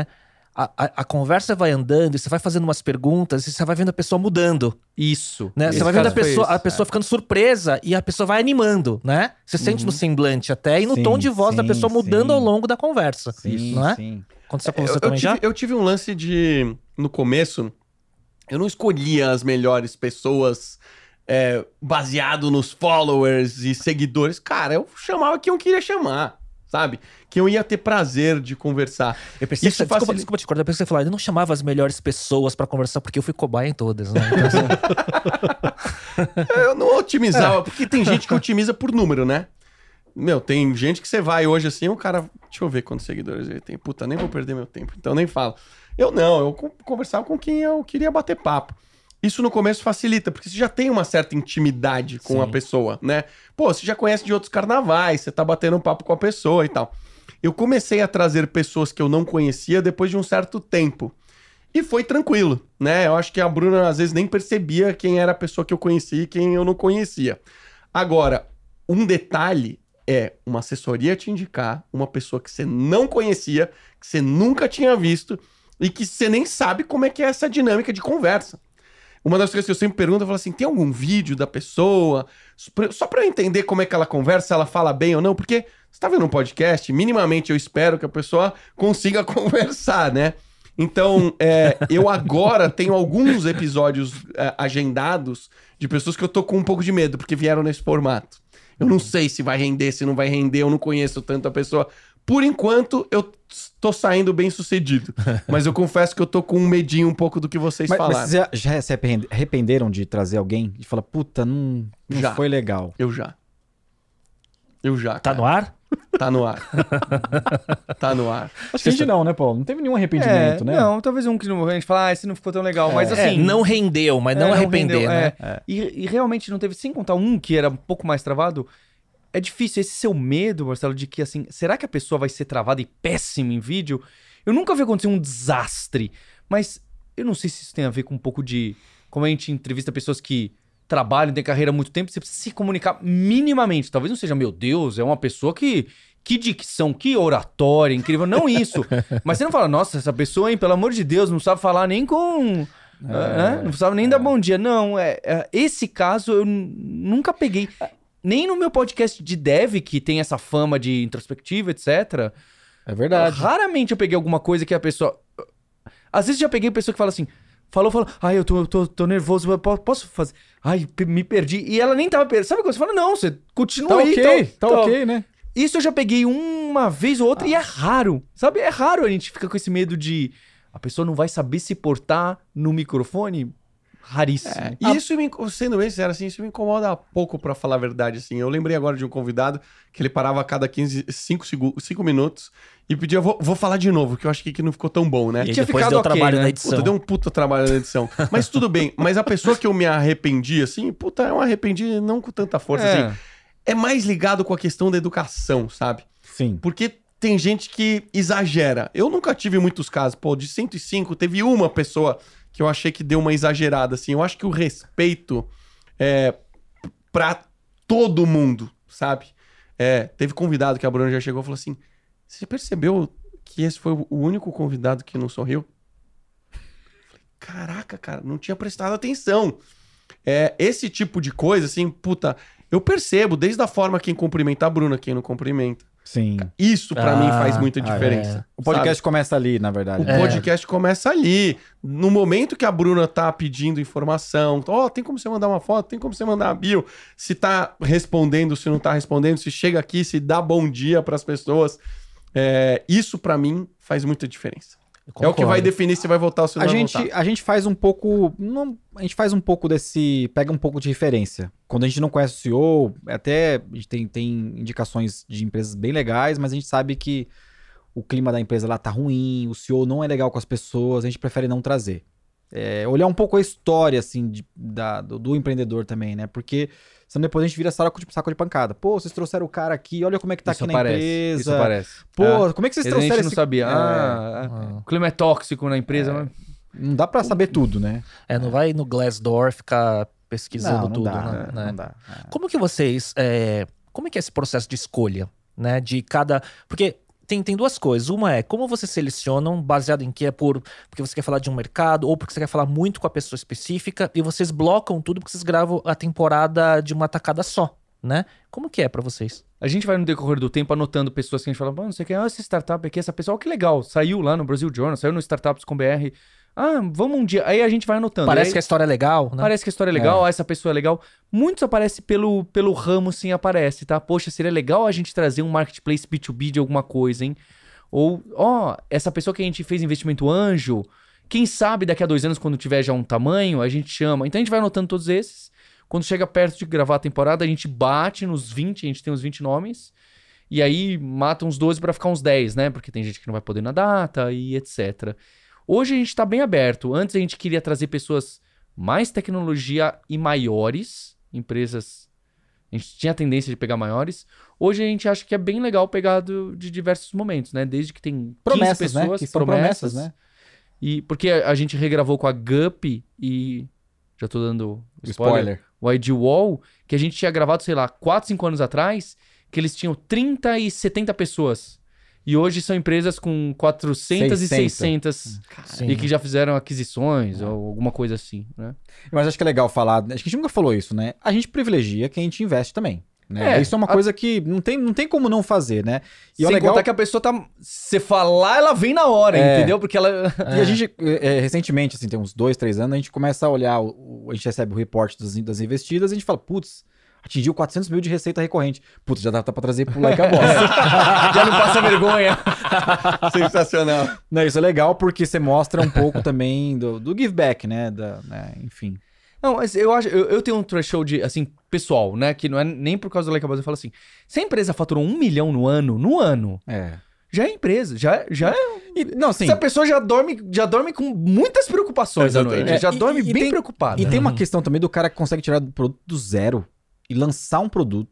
A conversa vai andando e você vai fazendo umas perguntas e você vai vendo a pessoa mudando, Isso. né? Esse Você vai vendo caso foi a pessoa ficando surpresa e a pessoa vai animando, né? Você sente no semblante até e no Sim, tom de voz da sim, pessoa mudando sim. ao longo da conversa. Sim, não é? sim. Aconteceu com você também já? Eu tive um lance de... No começo, eu não escolhia as melhores pessoas baseado nos followers e seguidores. Cara, eu chamava quem eu queria chamar, sabe? Que eu ia ter prazer de conversar. Eu pensei Isso que, desculpa te cortar, eu pensei que você falou, eu não chamava as melhores pessoas pra conversar porque eu fui cobaia em todas, né? Então, assim, Eu não otimizava, porque tem gente que otimiza por número, né? Meu, tem gente que você vai hoje assim, o cara... Deixa eu ver quantos seguidores ele tem. Puta, nem vou perder meu tempo, então nem falo. Eu não, eu conversava com quem eu queria bater papo. Isso no começo facilita, porque você já tem uma certa intimidade com a pessoa, né? Pô, você já conhece de outros carnavais, você tá batendo um papo com a pessoa e tal. Eu comecei a trazer pessoas que eu não conhecia depois de um certo tempo. E foi tranquilo, né? Eu acho que a Bruna às vezes nem percebia quem era a pessoa que eu conhecia e quem eu não conhecia. Agora, um detalhe é uma assessoria te indicar uma pessoa que você não conhecia, que você nunca tinha visto e que você nem sabe como é que é essa dinâmica de conversa. Uma das coisas que eu sempre pergunto, eu falo assim, tem algum vídeo da pessoa? Só pra eu entender como é que ela conversa, se ela fala bem ou não, porque você tá vendo um podcast, minimamente eu espero que a pessoa consiga conversar, né? Então, eu agora tenho alguns episódios agendados de pessoas que eu tô com um pouco de medo, porque vieram nesse formato. Eu não sei se vai render, se não vai render, eu não conheço tanto a pessoa. Por enquanto, eu tô saindo bem sucedido. Mas eu confesso que eu tô com um medinho um pouco do que vocês falaram. Mas vocês já se arrependeram de trazer alguém e falar, puta, não Já. foi legal? Eu já. tá no ar? Tá no ar. Tá no ar. Acho que a gente não, né, Paulo? Não teve nenhum arrependimento, né? Não, talvez um que a gente fala, esse não ficou tão legal. Mas assim... não rendeu, mas não arrepender, rendeu, né? E realmente não teve, sem contar um que era um pouco mais travado, é difícil. Esse seu medo, Marcelo, de que assim, será que a pessoa vai ser travada e péssima em vídeo? Eu nunca vi acontecer um desastre, mas eu não sei se isso tem a ver com um pouco de... Como a gente entrevista pessoas que trabalham, têm carreira há muito tempo, você precisa se comunicar minimamente. Talvez não seja, meu Deus, é uma pessoa que... Que dicção, que oratória incrível. Não isso. Mas você não fala, nossa, essa pessoa, hein, pelo amor de Deus, não sabe falar nem com... né? Não sabe nem dar bom dia. Não, esse caso eu nunca peguei. Nem no meu podcast de dev, que tem essa fama de introspectiva, etc. É verdade. Raramente eu peguei alguma coisa que a pessoa... Às vezes já peguei pessoa que fala assim... Falou, ai, eu tô nervoso, posso fazer... Ai, me perdi. E ela nem tava perdendo. Sabe quando você fala? Não, você continua Tá aí. ok, tá ok, né? Isso eu já peguei uma vez ou outra e é raro. Sabe? É raro a gente fica com esse medo de... A pessoa não vai saber se portar no microfone. Raríssimo. E isso, sendo bem sincero, assim, isso me incomoda pouco, pra falar a verdade, assim. Eu lembrei agora de um convidado que ele parava a cada 5 minutos e pedia, vou falar de novo, que eu achei que não ficou tão bom, né? E tinha depois ficado deu ok, trabalho né? na edição. Puta, deu um puta trabalho na edição. Mas tudo bem. Mas a pessoa que eu me arrependi, assim, puta, eu arrependi não com tanta força, assim. É mais ligado com a questão da educação, sabe? Sim. Porque tem gente que exagera. Eu nunca tive muitos casos. Pô, de 105, teve uma pessoa que eu achei que deu uma exagerada, assim. Eu acho que o respeito é pra todo mundo, sabe? Teve convidado que a Bruna já chegou e falou assim, você percebeu que esse foi o único convidado que não sorriu? Eu falei, caraca, cara, não tinha prestado atenção. Esse tipo de coisa, assim, puta... Eu percebo, desde a forma quem cumprimenta a Bruna, quem não cumprimenta. Sim. Isso pra mim faz muita diferença. O podcast começa ali, na verdade. O podcast começa ali. No momento que a Bruna tá pedindo informação, tem como você mandar uma foto, tem como você mandar uma bio, se tá respondendo, se não tá respondendo, se chega aqui, se dá bom dia pras pessoas. Isso pra mim faz muita diferença. É o que vai definir se vai voltar ou se não vai voltar. A gente faz um pouco... a gente faz um pouco desse... Pega um pouco de referência. Quando a gente não conhece o CEO, até a gente tem indicações de empresas bem legais, mas a gente sabe que o clima da empresa lá tá ruim, o CEO não é legal com as pessoas, a gente prefere não trazer. Olhar um pouco a história, assim, do empreendedor também, né? Porque senão depois a gente vira saco de pancada. Pô, vocês trouxeram o cara aqui, olha como é que tá Isso aqui aparece, na empresa. Isso aparece. Pô, como é que vocês trouxeram A gente não esse... sabia. O clima é tóxico na empresa. Mas... Não dá pra saber tudo, né? Não vai no Glassdoor ficar pesquisando não tudo, dá, né? Não dá. Como que vocês... como é que é esse processo de escolha, né? De cada... Porque tem duas coisas. Uma é como vocês selecionam, baseado em que é porque você quer falar de um mercado ou porque você quer falar muito com a pessoa específica e vocês blocam tudo porque vocês gravam a temporada de uma tacada só, né? Como que é pra vocês? A gente vai no decorrer do tempo anotando pessoas que a gente fala, não sei o que, essa startup aqui, essa pessoa, que legal, saiu lá no Brasil Journal, saiu no Startups com BR. Vamos um dia. Aí a gente vai anotando. Parece que a história é legal, né? Parece que a história é legal, essa pessoa é legal. Muitos aparecem pelo ramo, sim, aparece, tá? Poxa, seria legal a gente trazer um marketplace B2B de alguma coisa, hein? Ou, essa pessoa que a gente fez investimento anjo, quem sabe daqui a 2 anos, quando tiver já um tamanho, a gente chama. Então a gente vai anotando todos esses. Quando chega perto de gravar a temporada, a gente bate nos 20, a gente tem uns 20 nomes. E aí mata uns 12 pra ficar uns 10, né? Porque tem gente que não vai poder na data e etc. Hoje a gente tá bem aberto. Antes a gente queria trazer pessoas mais tecnologia e maiores, empresas... A gente tinha a tendência de pegar maiores. Hoje a gente acha que é bem legal pegar de diversos momentos, né? Desde que tem 15 pessoas, né? Que são promessas, né? E porque a gente regravou com a Gup e... Já tô dando spoiler. O ID Wall, que a gente tinha gravado, sei lá, 4, 5 anos atrás, que eles tinham 30 e 70 pessoas. E hoje são empresas com 400 e 600 e que já fizeram aquisições ou alguma coisa assim, né? Mas acho que é legal falar, acho que a gente nunca falou isso, né? A gente privilegia quem a gente investe também. Né? Isso é uma coisa que não tem como não fazer, né? E sem contar que a pessoa tá... Você falar, ela vem na hora, entendeu? Porque ela... E a gente, recentemente, assim, tem uns 2, 3 anos, a gente começa a olhar, a gente recebe o report das investidas e a gente fala, putz, atingiu 400 mil de receita recorrente. Putz, já dá pra trazer pro Like a Boss. Já não passa vergonha. Sensacional. Não, isso é legal porque você mostra um pouco também do give back, né? Enfim. Não, mas eu acho, eu tenho um threshold, assim, pessoal, né? Que não é nem por causa do Like a Boss. Eu falo assim, se a empresa faturou 1 milhão no ano, já é empresa, já é... Não, assim, se a pessoa já dorme com muitas preocupações à noite, já dorme bem preocupada. E tem uma questão também do cara que consegue tirar do produto do zero e lançar um produto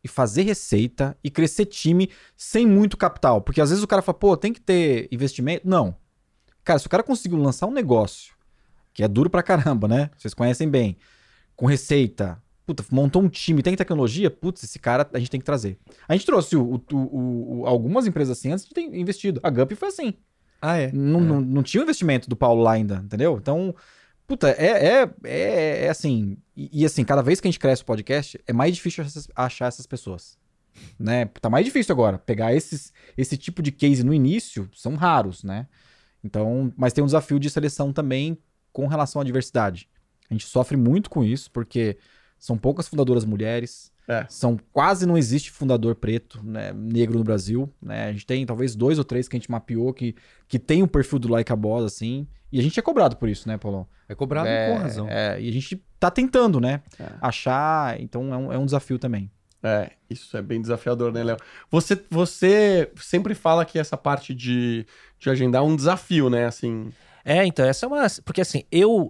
e fazer receita e crescer time sem muito capital. Porque às vezes o cara fala, pô, tem que ter investimento. Não. Cara, se o cara conseguiu lançar um negócio, que é duro pra caramba, né? Vocês conhecem bem, com receita, puta, montou um time, tem tecnologia, putz, esse cara a gente tem que trazer. A gente trouxe algumas empresas assim antes de ter investido. A Gup foi assim. Ah, é? Não tinha o investimento do Paulo lá ainda, entendeu? Então, puta, é assim. E assim, cada vez que a gente cresce o podcast, é mais difícil achar essas pessoas. Né? Tá mais difícil agora. Pegar esse tipo de case no início são raros, né? Então, mas tem um desafio de seleção também com relação à diversidade. A gente sofre muito com isso, porque são poucas fundadoras mulheres. Quase não existe fundador preto, né, negro no Brasil, né? A gente tem talvez 2 ou 3 que a gente mapeou que tem o perfil do Like a Boss, assim, e a gente é cobrado por isso, né, Paulão? É cobrado com razão. E a gente tá tentando, né, achar, então é um desafio também. Isso é bem desafiador, né, Léo? Você sempre fala que essa parte de agendar é um desafio, né, assim... Então, essa é uma... Porque assim,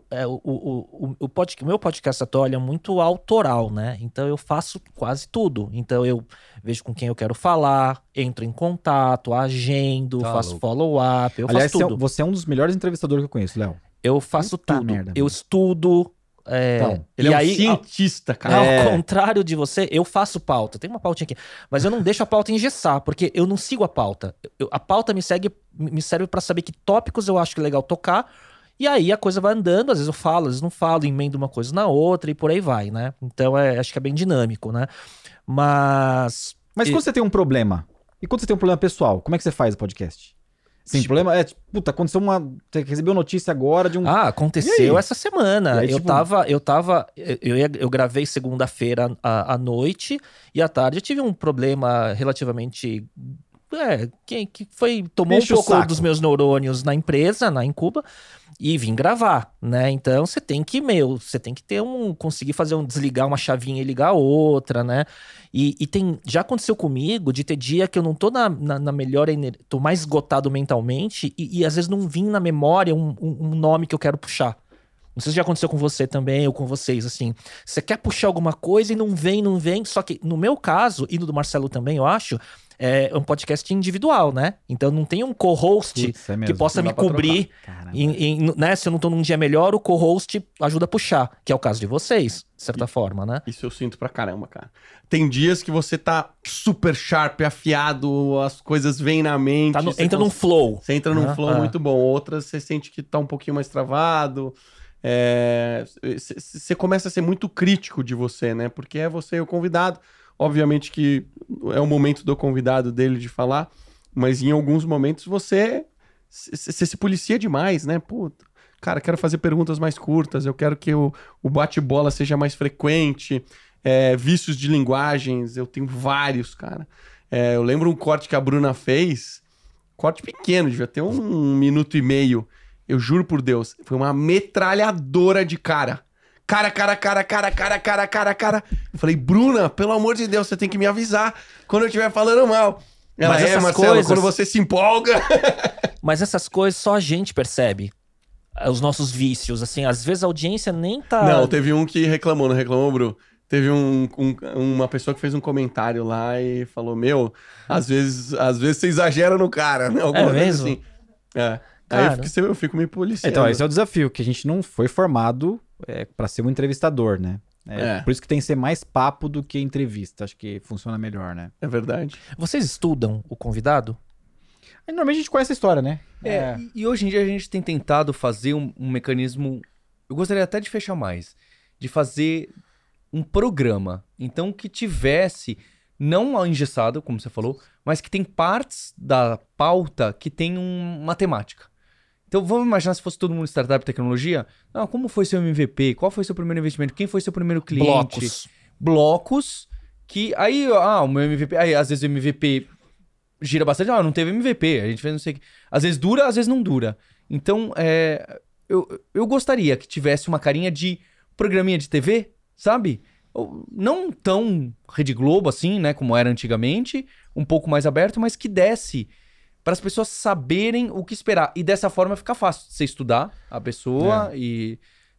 o meu podcast atual é muito autoral, né? Então eu faço quase tudo. Então eu vejo com quem eu quero falar, entro em contato, agendo, faço follow-up, Aliás, faço tudo. Você é um dos melhores entrevistadores que eu conheço, Léo. Eu faço Puta tudo. merda, Eu estudo... Então, ele é um cientista, cara. Ao contrário de você, eu faço pauta. Tem uma pautinha aqui. Mas eu não deixo a pauta engessar, porque eu não sigo a pauta. A pauta me serve pra saber que tópicos eu acho que é legal tocar. E aí a coisa vai andando. Às vezes eu falo, às vezes não falo, emendo uma coisa na outra e por aí vai, né? Então acho que é bem dinâmico, né? Mas quando você tem um problema, e quando você tem um problema pessoal, como é que você faz o podcast? Sim, o problema é, puta, aconteceu você recebeu notícia agora de um... aconteceu essa semana. Aí, Eu gravei segunda-feira à noite e à tarde eu tive um problema relativamente... tomou um pouco dos meus neurônios na empresa, na Incuba, e vim gravar, né? Então você tem que ter conseguir desligar uma chavinha e ligar outra, né? E já aconteceu comigo de ter dia que eu não tô na melhor energia, tô mais esgotado mentalmente e às vezes não vim na memória um nome que eu quero puxar. Não sei se já aconteceu com você também ou com vocês, assim. Você quer puxar alguma coisa e não vem. Só que no meu caso, e no do Marcelo também, eu acho, é um podcast individual, né? Então não tem um co-host que possa me cobrir. Né? Se eu não tô num dia melhor, o co-host ajuda a puxar, que é o caso de vocês, de certa forma, né? Isso eu sinto pra caramba, cara. Tem dias que você tá super sharp, afiado, as coisas vêm na mente. Entra num flow. Você entra num flow muito bom. Outras você sente que tá um pouquinho mais travado. Você começa a ser muito crítico de você, né? Porque é você o convidado. Obviamente que é o momento do convidado dele de falar, mas em alguns momentos você se policia demais, né? Puta, cara, quero fazer perguntas mais curtas, eu quero que o bate-bola seja mais frequente, vícios de linguagens, eu tenho vários, cara. Eu lembro um corte que a Bruna fez, corte pequeno, devia ter 1 minuto e meio, eu juro por Deus, foi uma metralhadora de cara. Cara. Eu falei, Bruna, pelo amor de Deus, você tem que me avisar quando eu estiver falando mal. Ela, Marcelo, quando você se empolga. Mas essas coisas só a gente percebe. Os nossos vícios, assim, às vezes a audiência nem tá... Não, teve um que reclamou, não reclamou, Bru? Teve uma pessoa que fez um comentário lá e falou, às vezes você exagera no cara, né? Alguma coisa mesmo? assim. Aí eu fico me policiando. Então, esse é o desafio, que a gente não foi formado pra ser um entrevistador, né? Por isso que tem que ser mais papo do que entrevista. Acho que funciona melhor, né? É verdade. Vocês estudam o convidado? Normalmente a gente conhece a história, né? E hoje em dia a gente tem tentado fazer um mecanismo... Eu gostaria até de fechar mais. De fazer um programa. Então, que tivesse, não engessado, como você falou, mas que tem partes da pauta que tem uma temática. Então, vamos imaginar se fosse todo mundo startup e tecnologia. Como foi seu MVP? Qual foi seu primeiro investimento? Quem foi seu primeiro cliente? Blocos. Que aí, o meu MVP... Aí, às vezes o MVP gira bastante. Não teve MVP. A gente fez não sei o que. Às vezes dura, às vezes não dura. Então, eu gostaria que tivesse uma carinha de programinha de TV, sabe? Não tão Rede Globo assim, né? Como era antigamente. Um pouco mais aberto, mas que desse... para as pessoas saberem o que esperar. E dessa forma fica fácil você estudar a pessoa e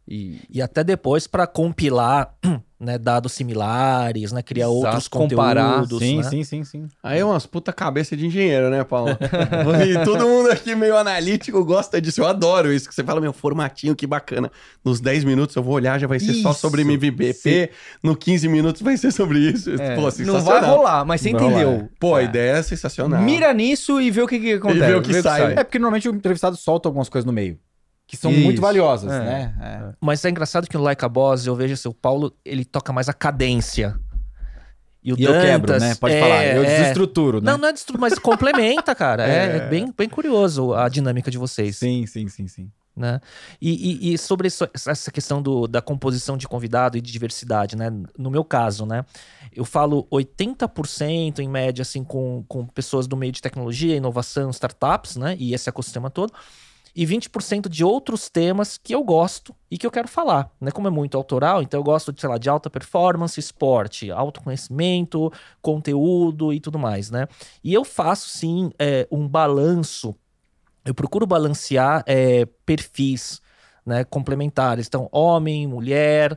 E até depois para compilar, né, dados similares, né, criar Exato, outros comparar. conteúdos, Sim, né? sim. Aí é umas puta cabeça de engenheiro, né, Paulo? E todo mundo aqui meio analítico gosta disso. Eu adoro isso, que você fala, meu, formatinho, que bacana. Nos 10 minutos eu vou olhar, já vai ser só Isso. sobre MVP. No 15 minutos vai ser sobre isso. É, Pô, não sensacional. vai rolar, mas você Não vai entendeu. rolar. Pô, a ideia é sensacional. Mira nisso e vê o que acontece. vê o que sai. É porque normalmente o entrevistado solta algumas coisas no meio. Que são Isso. muito valiosas, É. né? É. Mas é engraçado que no Like a Boss eu vejo assim, o Paulo, ele toca mais a cadência. E o E eu quebro, Dantas, né? Pode falar. Eu desestruturo, né? Não é destruturo, mas complementa, cara. É bem curioso a dinâmica de vocês. Sim. Né? E sobre essa questão da composição de convidado e de diversidade, né? No meu caso, né? Eu falo 80% em média, assim, com pessoas do meio de tecnologia, inovação, startups, né? E esse ecossistema todo. E 20% de outros temas que eu gosto e que eu quero falar, né? Como é muito autoral, então eu gosto, sei lá, de alta performance, esporte, autoconhecimento, conteúdo e tudo mais, né? E eu faço, sim, um balanço. Eu procuro balancear perfis, né, complementares. Então, homem, mulher,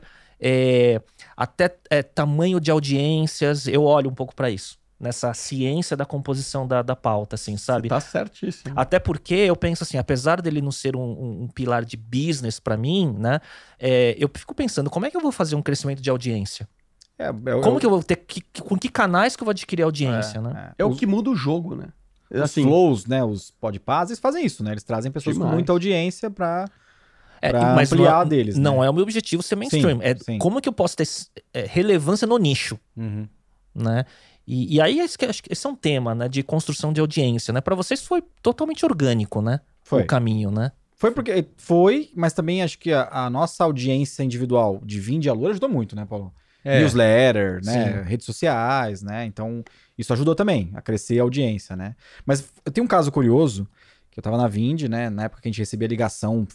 até tamanho de audiências, eu olho um pouco para isso. Nessa ciência da composição da pauta, assim, sabe? Tá certíssimo. Até porque eu penso assim, apesar dele não ser um pilar de business para mim, né? Eu fico pensando, como é que eu vou fazer um crescimento de audiência? Como que eu vou ter... com que canais que eu vou adquirir audiência, né? É o que muda o jogo, né? Os flows, né? Os podcasts, eles fazem isso, né? Eles trazem pessoas com Demais. muita audiência pra mas ampliar não, deles, não né? é o meu objetivo ser mainstream. Sim. Como que eu posso ter relevância no nicho, Uhum. né? E aí, acho que esse é um tema, né? De construção de audiência, né? Para vocês foi totalmente orgânico, né? Foi. O caminho, né? Foi, mas também acho que a nossa audiência individual de Vindi e Alura ajudou muito, né, Paulo? É. Newsletter, né? Sim. Redes sociais, né? Então, isso ajudou também a crescer a audiência, né? Mas eu tenho um caso curioso, que eu tava na Vindi, né? Na época que a gente recebia ligação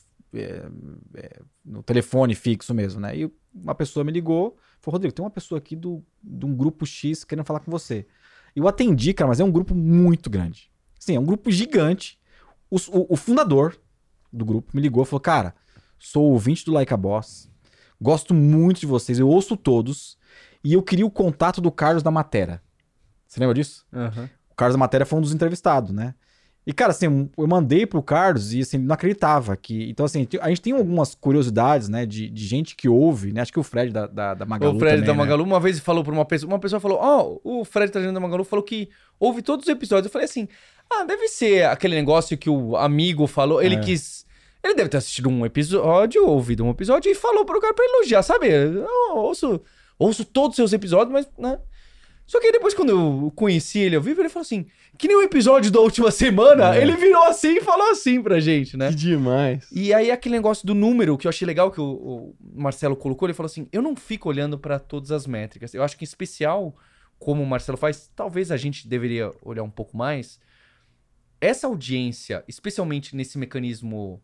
no telefone fixo mesmo, né? E uma pessoa me ligou, falou, Rodrigo, tem uma pessoa aqui de um grupo X querendo falar com você. Eu atendi, cara, mas é um grupo muito grande. Sim, é um grupo gigante. O fundador do grupo me ligou e falou, cara, sou ouvinte do Like a Boss, gosto muito de vocês, eu ouço todos, e eu queria o contato do Carlos da Matera. Você lembra disso? Uhum. O Carlos da Matera foi um dos entrevistados, né? E, cara, assim, eu mandei pro Carlos e, assim, não acreditava que... Então, assim, a gente tem algumas curiosidades, né, de gente que ouve, né? Acho que o Fred da Magalu O Fred também, da né? Magalu uma vez falou pra uma pessoa falou, o Fred da Magalu falou que ouve todos os episódios. Eu falei assim, deve ser aquele negócio que o amigo falou, ele deve ter assistido um episódio, ouvido um episódio e falou pro cara pra elogiar, sabe? Eu ouço todos os seus episódios, mas, né? Só que aí depois, quando eu conheci ele ao vivo, ele falou assim, que nem o episódio da última semana, ele virou assim e falou assim pra gente, né? Que demais. E aí aquele negócio do número, que eu achei legal que o Marcelo colocou, ele falou assim, eu não fico olhando pra todas as métricas. Eu acho que em especial, como o Marcelo faz, talvez a gente deveria olhar um pouco mais. Essa audiência, especialmente nesse mecanismo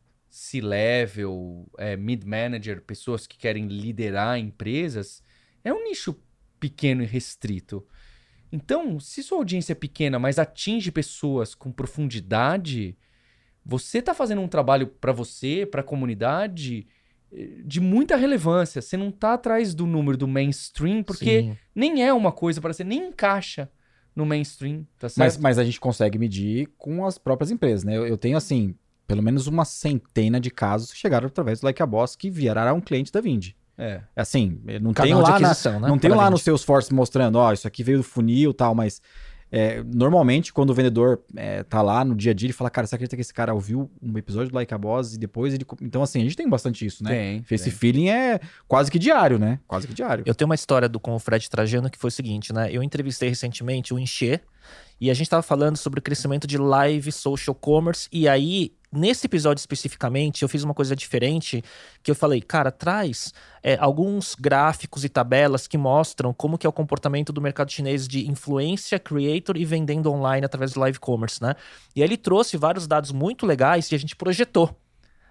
C-level, mid-manager, pessoas que querem liderar empresas, é um nicho pequeno e restrito. Então, se sua audiência é pequena, mas atinge pessoas com profundidade, você tá fazendo um trabalho para você, para a comunidade, de muita relevância. Você não tá atrás do número do mainstream, porque Sim. nem é uma coisa para você, nem encaixa no mainstream, tá certo? Mas a gente consegue medir com as próprias empresas, né? Eu tenho, assim, pelo menos uma centena de casos que chegaram através do Like a Boss que viraram um cliente da Vindi. Assim, não Canal tenho de lá, aquisição, né? não tenho Para lá no Vindi. Salesforce mostrando, isso aqui veio do funil e tal, mas normalmente quando o vendedor tá lá no dia a dia, ele fala, cara, você acredita que esse cara ouviu um episódio do Like a Boss e depois ele... Então, assim, a gente tem bastante isso, né? Esse feeling é quase que diário, né? Quase que diário. Eu tenho uma história com o Fred Trajano que foi o seguinte, né? Eu entrevistei recentemente o Encher e a gente tava falando sobre o crescimento de live social commerce e aí, nesse episódio especificamente, eu fiz uma coisa diferente que eu falei, cara, traz alguns gráficos e tabelas que mostram como que é o comportamento do mercado chinês de influência, creator e vendendo online através do live commerce, né? E aí ele trouxe vários dados muito legais e a gente projetou,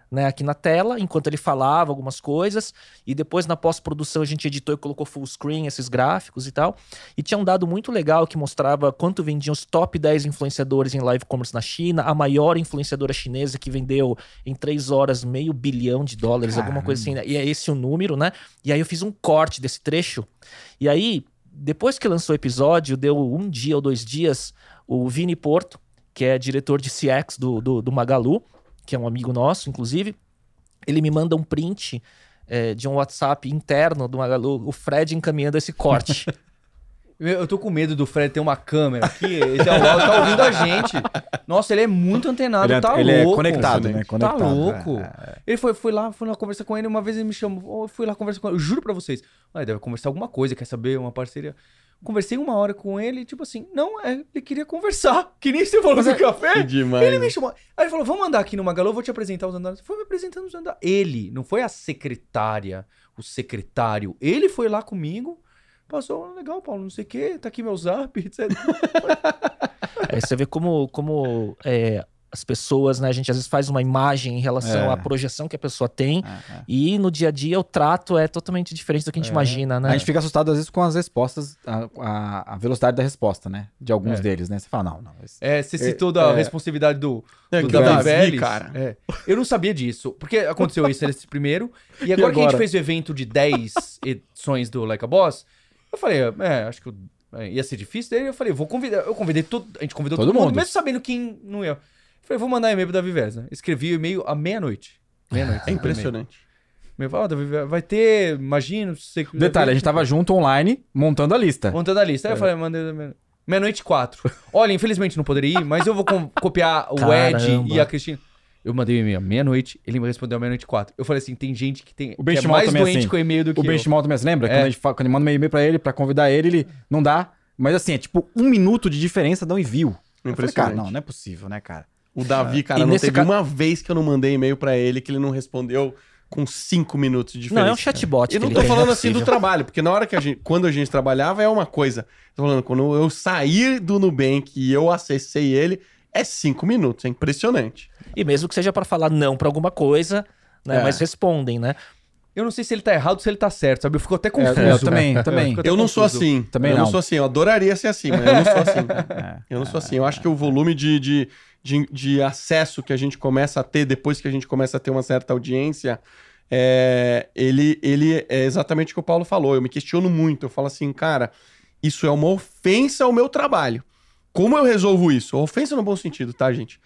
né, aqui na tela, enquanto ele falava algumas coisas, e depois na pós-produção a gente editou e colocou full screen esses gráficos e tal. E tinha um dado muito legal que mostrava quanto vendiam os top 10 influenciadores em live commerce na China, a maior influenciadora chinesa que vendeu em 3 horas $500 bilhão, alguma coisa assim, né? E é esse o número, né? E aí eu fiz um corte desse trecho, e aí, depois que lançou o episódio, deu 1 dia ou 2 dias, o Vini Porto, que é diretor de CX do Magalu, que é um amigo nosso, inclusive, ele me manda um print de um WhatsApp interno do Magalu, o Fred encaminhando esse corte. Eu tô com medo do Fred ter uma câmera aqui, ele tá ouvindo a gente. Nossa, ele é muito antenado, Ele é louco. conectado, né? Conectado. Tá louco. Ele foi lá conversar com ele, uma vez ele me chamou, eu fui lá conversar com ele, eu juro pra vocês. Deve conversar alguma coisa, quer saber, uma parceria. Conversei 1 hora com ele, tipo assim, não, ele queria conversar, que nem você falou do café. Que demais. Ele me chamou, aí ele falou, vamos andar aqui no Magalu, eu vou te apresentar os andares. Foi me apresentando os andares. Ele, não foi a secretária, o secretário, ele foi lá comigo, passou, legal, Paulo, não sei o que, tá aqui meu zap, etc. Aí você vê como as pessoas, né? A gente às vezes faz uma imagem em relação à projeção que a pessoa tem, e no dia a dia o trato é totalmente diferente do que a gente imagina, né? A gente fica assustado às vezes com as respostas, a velocidade da resposta, né? De alguns deles, né? Você fala, não. Você citou da responsabilidade do que Davi Davi, Vélez. cara. Eu não sabia disso, porque aconteceu isso nesse primeiro, e agora que a gente fez o evento de 10 edições do Like a Boss, eu falei, acho que ia ser difícil, daí eu falei, vou convidar, a gente convidou todo mundo, mesmo sabendo quem não ia. Eu falei, vou mandar e-mail pro Davi Vélez, né? Escrevi o e-mail à meia-noite. É impressionante. Me falou, Davi, vai ter, imagino... Detalhe, a gente tava junto online, montando a lista. Montando a lista. Aí eu falei, mandei... Meia-noite 4. Olha, infelizmente não poderia ir, mas eu vou copiar o Ed e a Cristina. Eu mandei o e-mail à meia-noite, ele me respondeu à meia-noite 4. Eu falei assim, tem gente que é mais doente com o e-mail do que o Benchimol também, você lembra? Quando ele manda um e-mail pra ele, pra convidar ele não dá. Mas assim, é tipo 1 minuto de diferença, dá um envio. Eu falei, cara, não é possível, né, cara? O Davi, cara, não teve uma vez que eu não mandei e-mail pra ele que ele não respondeu com 5 minutos de diferença. Não, é um chatbot. Eu não tô falando assim do trabalho, porque na hora que quando a gente trabalhava é uma coisa. Tô falando, quando eu saí do Nubank e eu acessei ele, é 5 minutos, é impressionante. E mesmo que seja pra falar não pra alguma coisa, né? Mas respondem, né? Eu não sei se ele tá errado ou se ele tá certo, sabe? Eu fico até confuso. Eu também. Eu não sou assim. Também eu não sou assim. Eu adoraria ser assim, mas eu não sou assim. Eu não sou assim. Eu acho que o volume de acesso que a gente começa a ter depois que a gente começa a ter uma certa audiência, ele é exatamente o que o Paulo falou. Eu me questiono muito. Eu falo assim, cara, isso é uma ofensa ao meu trabalho. Como eu resolvo isso? Ofensa no bom sentido, tá, gente?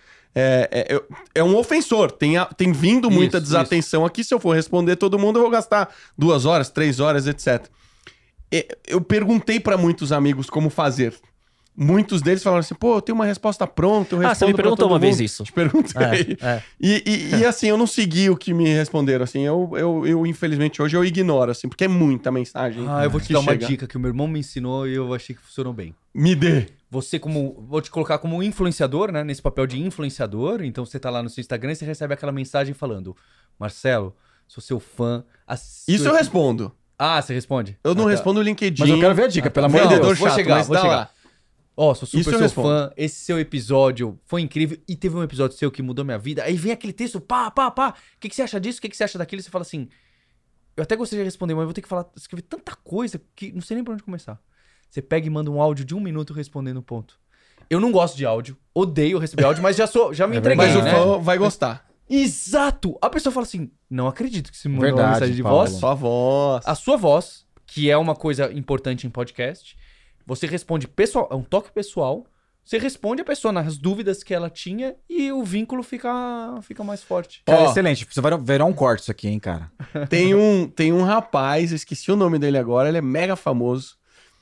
É um ofensor. Tem vindo muita desatenção aqui. Se eu for responder todo mundo, eu vou gastar 2 horas, 3 horas, etc. Eu perguntei pra muitos amigos como fazer. Muitos deles falaram assim, pô, eu tenho uma resposta pronta, eu respondo você me perguntou uma vez isso. Te perguntei. E assim, eu não segui o que me responderam, assim, eu infelizmente hoje eu ignoro, assim, porque é muita mensagem. Eu vou te dar uma dica que o meu irmão me ensinou e eu achei que funcionou bem. Me dê. Você vou te colocar como influenciador, né, nesse papel de influenciador, então você tá lá no seu Instagram e você recebe aquela mensagem falando, Marcelo, sou seu fã. Isso eu respondo. Você responde? Eu não respondo o LinkedIn. Mas eu quero ver a dica, pelo amor de Deus. Vou chegar. Sou super seu respondo. fã, esse seu episódio foi incrível e teve um episódio seu que mudou minha vida. Aí vem aquele texto, pá. O que você acha disso? O que você acha daquilo? E você fala assim, eu até gostaria de responder, mas eu vou ter que escrever tanta coisa que não sei nem por onde começar. Você pega e manda um áudio de 1 minuto respondendo o ponto. Eu não gosto de áudio, odeio receber áudio, mas já me entreguei, mas o fã vai gostar. Exato! A pessoa fala assim, não acredito que você me mandou uma mensagem de voz. Sua voz. A sua voz, que é uma coisa importante em podcast, você responde pessoal, é um toque pessoal, você responde a pessoa nas dúvidas que ela tinha e o vínculo fica mais forte. Cara, excelente. Você vai virar um corte isso aqui, hein, cara. Tem um rapaz, eu esqueci o nome dele agora, ele é mega famoso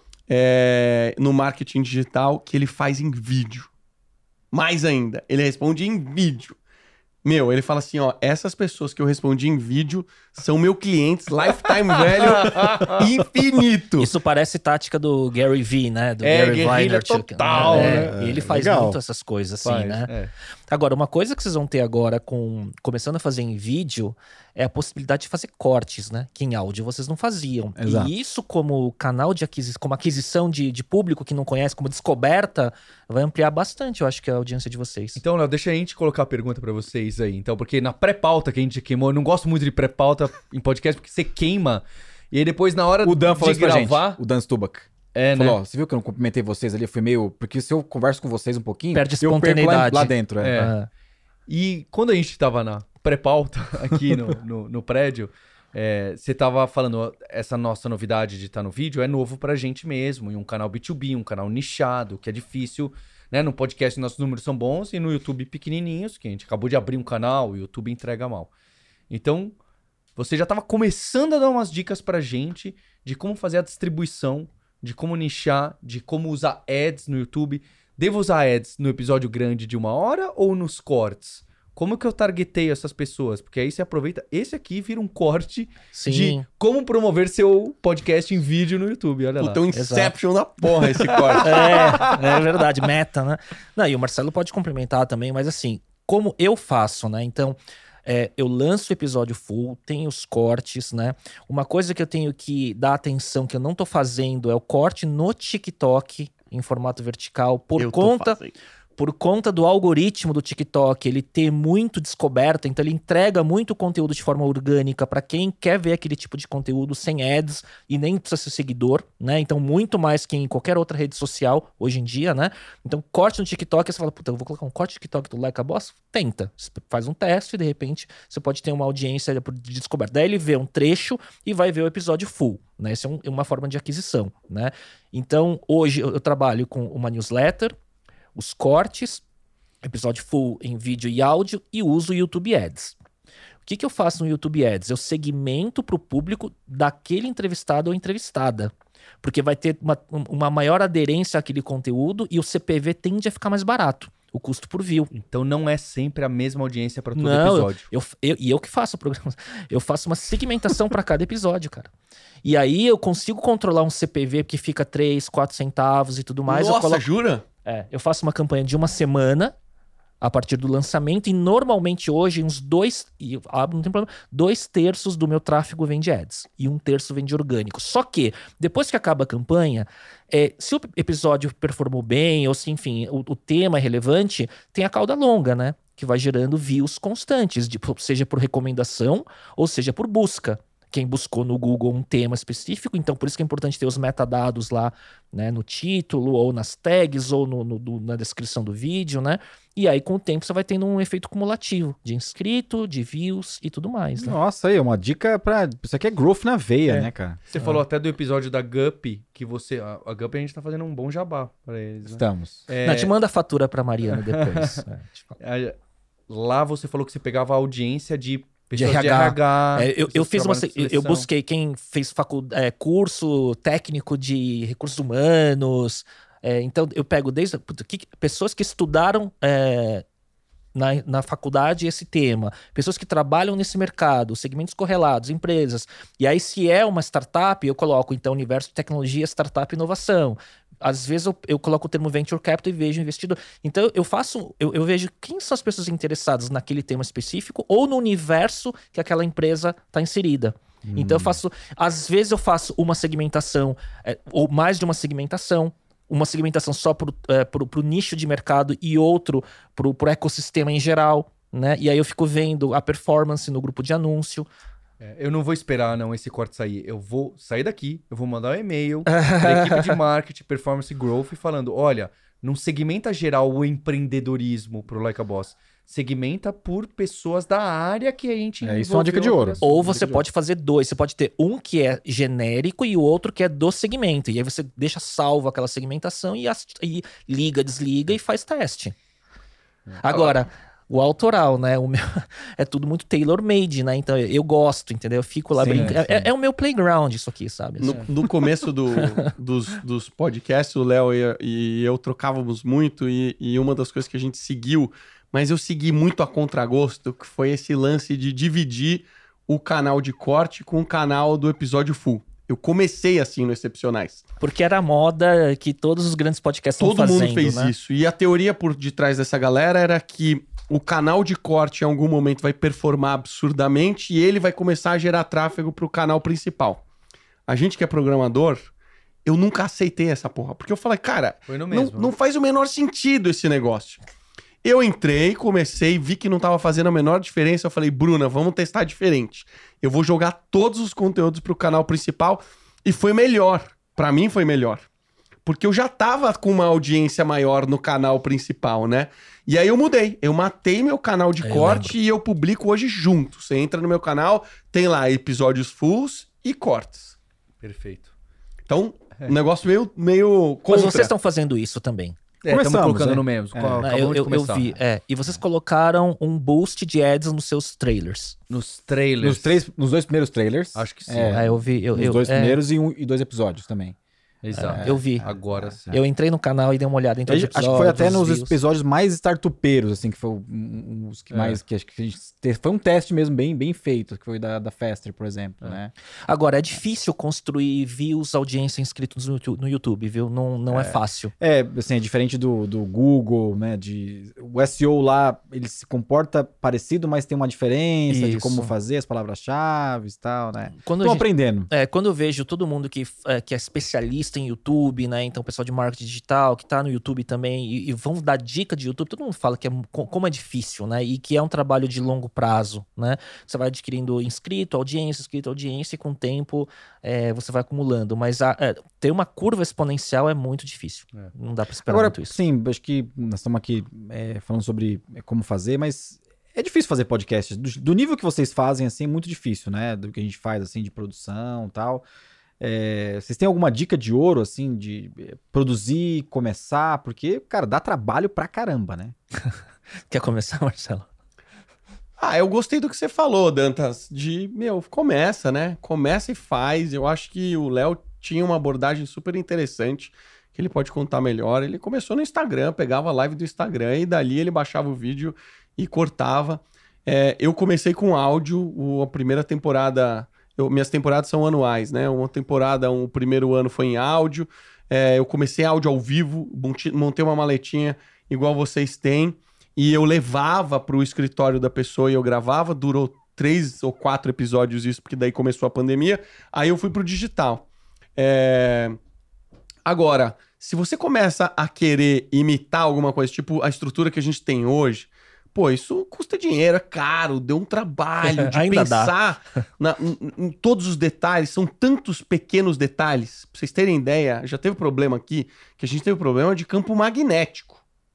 no marketing digital, que ele faz em vídeo. Mais ainda, ele responde em vídeo. Meu, ele fala assim, ó, essas pessoas que eu respondi em vídeo são meus clientes, lifetime velho, infinito. Isso parece tática do Gary Vee, né? Do Gary Vaynerchuk. Total, né? E ele faz muito essas coisas, assim, né? Agora, uma coisa que vocês vão ter agora começando a fazer em vídeo é a possibilidade de fazer cortes, né? Que em áudio vocês não faziam. Exato. E isso como canal de como aquisição de público que não conhece, como descoberta, vai ampliar bastante, eu acho que a audiência de vocês. Então, Léo, deixa a gente colocar a pergunta pra vocês. isso aí. Então, porque na pré-pauta que a gente queimou, eu não gosto muito de pré-pauta em podcast, porque você queima. E aí depois, na hora O Dan falou de isso pra gravar... gente. O Dan Stubach. É, Falou, né? ó, você viu que eu não cumprimentei vocês ali? Foi meio... Porque se eu converso com vocês um pouquinho... Perde eu perco espontaneidade. lá dentro, É. Ah. E quando a gente tava na pré-pauta aqui no prédio, você tava falando, ó, essa nossa novidade de estar no vídeo é novo pra gente mesmo. E um canal B2B, um canal nichado, que é difícil, né? No podcast nossos números são bons e no YouTube pequenininhos, que a gente acabou de abrir um canal, o YouTube entrega mal. Então, você já tava começando a dar umas dicas pra gente de como fazer a distribuição, de como nichar, de como usar ads no YouTube. Devo usar ads no episódio grande de 1 hora ou nos cortes? Como que eu targeteio essas pessoas? Porque aí você aproveita... Esse aqui vira um corte Sim. de como promover seu podcast em vídeo no YouTube. Olha lá. Puta, um Inception da porra esse corte. É verdade, meta, né? Não, e o Marcelo pode complementar também, mas assim, como eu faço, né? Então, eu lanço o episódio full, tem os cortes, né? Uma coisa que eu tenho que dar atenção, que eu não tô fazendo, é o corte no TikTok em formato vertical, por conta do algoritmo do TikTok, ele ter muito descoberta, então ele entrega muito conteúdo de forma orgânica para quem quer ver aquele tipo de conteúdo sem ads e nem precisa ser seguidor, né? Então, muito mais que em qualquer outra rede social hoje em dia, né? Então, corte no TikTok, você fala, puta, eu vou colocar um corte no TikTok do Like a Boss? Tenta. Você faz um teste e, de repente, você pode ter uma audiência de descoberta. Daí ele vê um trecho e vai ver o episódio full, né? Isso é uma forma de aquisição, né? Então, hoje eu trabalho com uma newsletter, os cortes, episódio full em vídeo e áudio e uso o YouTube Ads. O que eu faço no YouTube Ads? Eu segmento para o público daquele entrevistado ou entrevistada, porque vai ter uma maior aderência àquele conteúdo e o CPV tende a ficar mais barato, o custo por view. Então não é sempre a mesma audiência para todo Não, episódio. eu que faço o programa. Eu faço uma segmentação para cada episódio, cara. E aí eu consigo controlar um CPV que fica 3, 4 centavos e tudo mais. Nossa, jura? Eu faço uma campanha de 1 semana a partir do lançamento e normalmente hoje uns 2, não tem problema, 2/3 do meu tráfego vem de ads e 1/3 vem de orgânico. Só que depois que acaba a campanha, se o episódio performou bem ou se, enfim, o tema é relevante, tem a cauda longa, né? Que vai gerando views constantes, seja por recomendação ou seja por busca. Quem buscou no Google um tema específico, então por isso que é importante ter os metadados lá, né, no título, ou nas tags, ou na descrição do vídeo, né? E aí, com o tempo, você vai tendo um efeito cumulativo de inscrito, de views e tudo mais, né? Nossa, aí, uma dica pra... Isso aqui é growth na veia, né, cara? Você falou até do episódio da Gup, que você... A Gup a gente tá fazendo um bom jabá pra eles, né? Estamos. Não, te manda a fatura pra Mariana depois. Lá você falou que você pegava a audiência de pessoas de RH. RH. Eu fiz uma. pessoas que trabalham com Eu seleção. busquei quem fez curso técnico de recursos humanos. Então eu pego desde pessoas que estudaram na faculdade esse tema, pessoas que trabalham nesse mercado, segmentos correlatos, empresas. E aí, se é uma startup, eu coloco então universo de tecnologia, startup e inovação. Às vezes eu coloco o termo venture capital e vejo investidor. Então eu vejo quem são as pessoas interessadas naquele tema específico ou no universo que aquela empresa está inserida. Então às vezes eu faço uma segmentação ou mais de uma segmentação só pro nicho de mercado e outro pro ecossistema em geral, né? E aí eu fico vendo a performance no grupo de anúncio. Eu não vou esperar, não, esse corte sair. Eu vou sair daqui, eu vou mandar um e-mail pra equipe de marketing, performance e growth, falando, olha, não segmenta geral o empreendedorismo pro Like a Boss. Segmenta por pessoas da área que a gente... Isso é uma dica de ouro. Ou você pode fazer 2. Você pode ter um que é genérico e o outro que é do segmento. E aí você deixa salvo aquela segmentação e liga, desliga e faz teste. Agora, o autoral, né? O meu é tudo muito tailor-made, né? Então eu gosto, entendeu? Eu fico lá brincando. É o meu playground isso aqui, sabe? No começo dos podcasts, o Léo e eu trocávamos muito e uma das coisas que a gente seguiu, mas eu segui muito a contragosto, que foi esse lance de dividir o canal de corte com o canal do episódio full. Eu comecei assim no Excepcionais. Porque era a moda que todos os grandes podcasts estão fazendo, Todo mundo fez né? isso. E a teoria por detrás dessa galera era que o canal de corte em algum momento vai performar absurdamente e ele vai começar a gerar tráfego pro canal principal. A gente que é programador, eu nunca aceitei essa porra. Porque eu falei, cara, Foi no mesmo, não faz o menor sentido esse negócio. Eu entrei, comecei, vi que não tava fazendo a menor diferença. Eu falei, Bruna, vamos testar diferente. Eu vou jogar todos os conteúdos pro canal principal. E foi melhor. Pra mim foi melhor. Porque eu já tava com uma audiência maior no canal principal, né? E aí eu mudei. Eu matei meu canal de corte e eu publico hoje junto. Você entra no meu canal, tem lá episódios fulls e cortes. Perfeito. Então, um negócio meio Mas contra. vocês estão fazendo isso também. Estamos Começamos, colocando né? no mesmo. Eu vi. E vocês colocaram um boost de ads nos seus trailers. Nos trailers. Nos 2 primeiros trailers. Acho que sim. Eu vi. Nos 2 primeiros e 2 episódios também. Exato. Eu vi. Agora sim. Eu entrei no canal e dei uma olhada em todos os Acho episódios. que foi até nos views. episódios mais startupeiros, assim, que foi os que mais... Que acho que a gente foi um teste mesmo bem feito, que foi da Faster, por exemplo, né? Agora, é difícil construir views, audiência, inscritos no YouTube, viu? Não é fácil. Assim, é diferente do Google, né? O SEO lá, ele se comporta parecido, mas tem uma diferença de Isso. como fazer as palavras-chave e tal, né? Quando Estão aprendendo. Quando eu vejo todo mundo que é especialista em YouTube, né? Então, o pessoal de marketing digital, que tá no YouTube também, e vão dar dica de YouTube, todo mundo fala que como é difícil, né? E que é um trabalho de longo prazo, né? Você vai adquirindo inscrito, audiência, e com o tempo você vai acumulando. Mas ter uma curva exponencial é muito difícil. Não dá pra esperar Agora, muito isso. sim, acho que nós estamos aqui falando sobre como fazer, mas é difícil fazer podcast. Do nível que vocês fazem, assim, é muito difícil, né? Do que a gente faz, assim, de produção e tal. Vocês têm alguma dica de ouro, assim, de produzir, começar? Porque, cara, dá trabalho pra caramba, né? Quer começar, Marcelo? Eu gostei do que você falou, Dantas, começa, né? Começa e faz. Eu acho que o Léo tinha uma abordagem super interessante, que ele pode contar melhor. Ele começou no Instagram, pegava a live do Instagram e dali ele baixava o vídeo e cortava. Eu comecei com áudio, a primeira temporada... minhas temporadas são anuais, né? Uma temporada, o primeiro ano foi em áudio. Eu comecei áudio ao vivo, montei uma maletinha igual vocês têm. E eu levava pro escritório da pessoa e eu gravava. Durou 3 ou 4 episódios isso, porque daí começou a pandemia. Aí eu fui pro digital. Agora, se você começa a querer imitar alguma coisa, tipo a estrutura que a gente tem hoje, isso custa dinheiro, é caro, deu um trabalho de Ainda pensar em todos os detalhes. São tantos pequenos detalhes. Pra vocês terem ideia, já teve problema aqui, que a gente teve problema de campo magnético.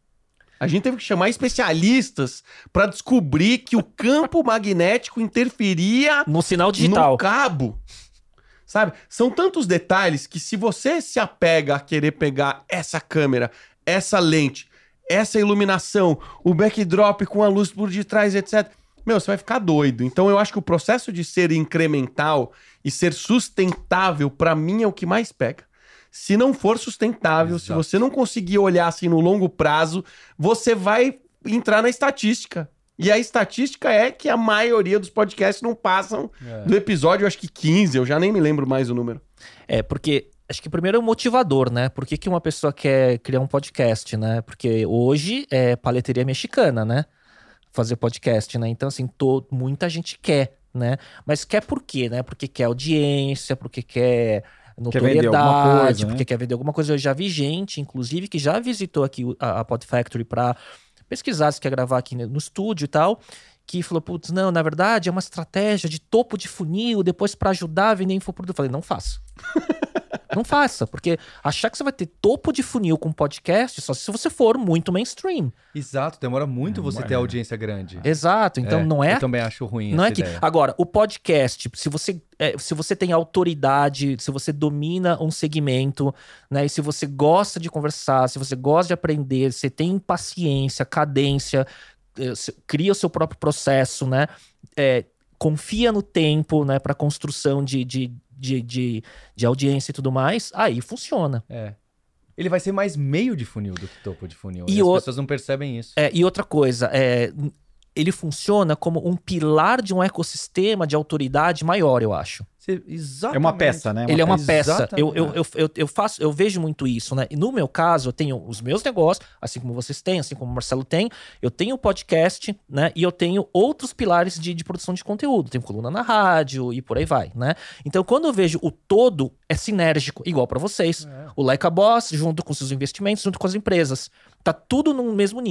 A gente teve que chamar especialistas para descobrir que o campo magnético interferia No sinal digital. no cabo. Sabe? São tantos detalhes que se você se apega a querer pegar essa câmera, essa lente, essa iluminação, o backdrop com a luz por detrás, etc. Você vai ficar doido. Então eu acho que o processo de ser incremental e ser sustentável, para mim, é o que mais pega. Se não for sustentável, se você não conseguir olhar assim no longo prazo, você vai entrar na estatística. E a estatística é que a maioria dos podcasts não passam do episódio, acho que 15, eu já nem me lembro mais o número. Porque acho que primeiro é o motivador, né? Por que uma pessoa quer criar um podcast, né? Porque hoje é paleteria mexicana, né? Fazer podcast, né? Então, assim, muita gente quer, né? Mas quer por quê, né? Porque quer audiência, porque quer vender alguma notoriedade, coisa, porque né? quer vender alguma coisa. Eu já vi gente, inclusive, que já visitou aqui a Pod Factory pra pesquisar se quer gravar aqui no estúdio e tal, que falou, putz, não, na verdade é uma estratégia de topo de funil, depois pra ajudar a vender infoproduto. Eu falei, não faça. Não faça, porque achar que você vai ter topo de funil com podcast só se você for muito mainstream. Exato, demora muito você ter audiência grande. Exato, então não é... Eu também acho ruim Não essa é que... ideia. Agora, o podcast, se você tem autoridade, se você domina um segmento, né, e se você gosta de conversar, se você gosta de aprender, você tem paciência, cadência, cria o seu próprio processo, né, confia no tempo, né, para construção de audiência e tudo mais, aí funciona. Ele vai ser mais meio de funil do que topo de funil. E E as pessoas não percebem isso. E outra coisa, ele funciona como um pilar de um ecossistema de autoridade maior, eu acho. Exatamente. É uma peça, né? Ele é uma peça. Exatamente. Eu vejo muito isso, né? E no meu caso, eu tenho os meus negócios, assim como vocês têm, assim como o Marcelo tem. Eu tenho o podcast, né? E eu tenho outros pilares de produção de conteúdo. Tenho coluna na rádio e por aí vai, né? Então, quando eu vejo o todo, é sinérgico, igual pra vocês. O Like a Boss, junto com seus investimentos, junto com as empresas. Tá tudo no mesmo nicho.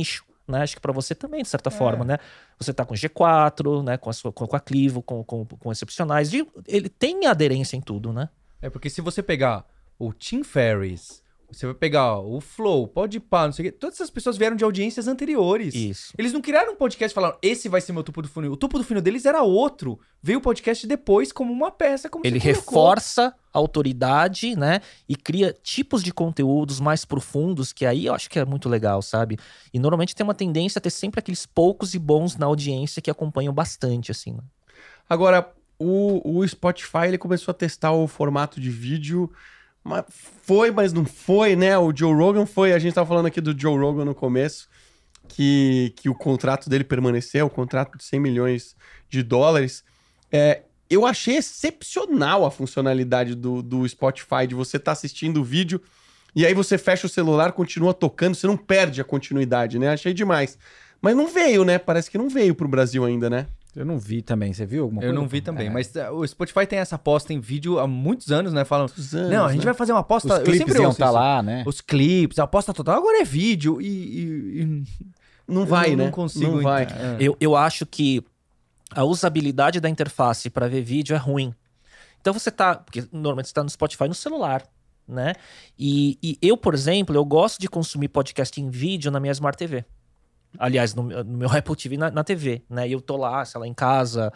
né? Acho que para você também, de certa forma, né? Você tá com G4, né? Com a Clivo, com excepcionais. Ele tem aderência em tudo, né? É porque se você pegar o Tim Ferriss, você vai pegar o Flow, o Podpah, não sei o quê, todas essas pessoas vieram de audiências anteriores. Isso. Eles não criaram um podcast e falaram, esse vai ser meu topo do funil. O topo do funil deles era outro. Veio o podcast depois como uma peça, como Ele você colocou. reforça a autoridade, né? E cria tipos de conteúdos mais profundos, que aí eu acho que é muito legal, sabe? E normalmente tem uma tendência a ter sempre aqueles poucos e bons na audiência que acompanham bastante, assim, né? Agora, o Spotify, ele começou a testar o formato de vídeo, mas não foi, né? O Joe Rogan foi, a gente tava falando aqui do Joe Rogan no começo, que o contrato dele permaneceu, o contrato de 100 milhões de dólares. Eu achei excepcional a funcionalidade do Spotify, de você estar assistindo o vídeo e aí você fecha o celular, continua tocando, você não perde a continuidade, né? Achei demais. Mas não veio, né? Parece que não veio pro Brasil ainda, né? Eu não vi também. Você viu alguma Eu coisa? não vi também, mas o Spotify tem essa aposta em vídeo há muitos anos, né? Falam, Muitos anos, não, a gente né? vai fazer uma aposta... Os eu clipes sempre iam ouço estar isso. lá, né? Os clipes, a aposta total, agora é vídeo e Não vai, eu né? não consigo... Não vai. Eu acho que a usabilidade da interface para ver vídeo é ruim. Então você tá... Porque normalmente você tá no Spotify no celular, né? E eu, por exemplo, eu gosto de consumir podcast em vídeo na minha Smart TV. Aliás, no meu Apple TV na TV, né? E eu tô lá, sei lá, em casa,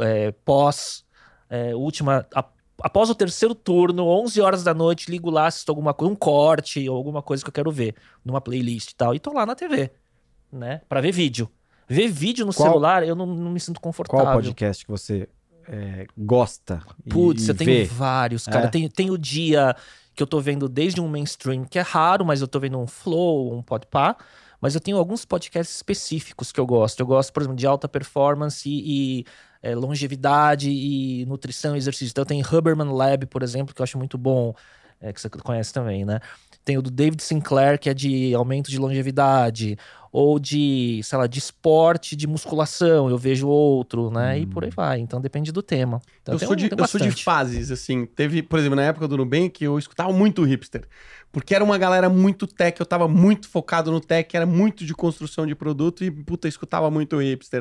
após o terceiro turno, 11 horas da noite, ligo lá, assisto alguma coisa, um corte ou alguma coisa que eu quero ver, numa playlist e tal, e tô lá na TV, né? Pra ver vídeo. Ver vídeo no celular, eu não me sinto confortável. Qual podcast que você gosta? Putz, eu tenho vê? vários, cara. Tem o dia que eu tô vendo desde um mainstream, que é raro, mas eu tô vendo um Flow, um Podpah. Mas eu tenho alguns podcasts específicos que eu gosto. Eu gosto, por exemplo, de alta performance e longevidade e nutrição e exercício. Então tem Huberman Lab, por exemplo, que eu acho muito bom, que você conhece também, né? Tem o do David Sinclair, que é de aumento de longevidade. Ou de, sei lá, de esporte, de musculação. Eu vejo outro, né? E por aí vai. Então depende do tema. Então, Eu sou de fases, assim. Teve, por exemplo, na época do Nubank, eu escutava muito hipster. Porque era uma galera muito tech, eu tava muito focado no tech, era muito de construção de produto e, puta, escutava muito hipster.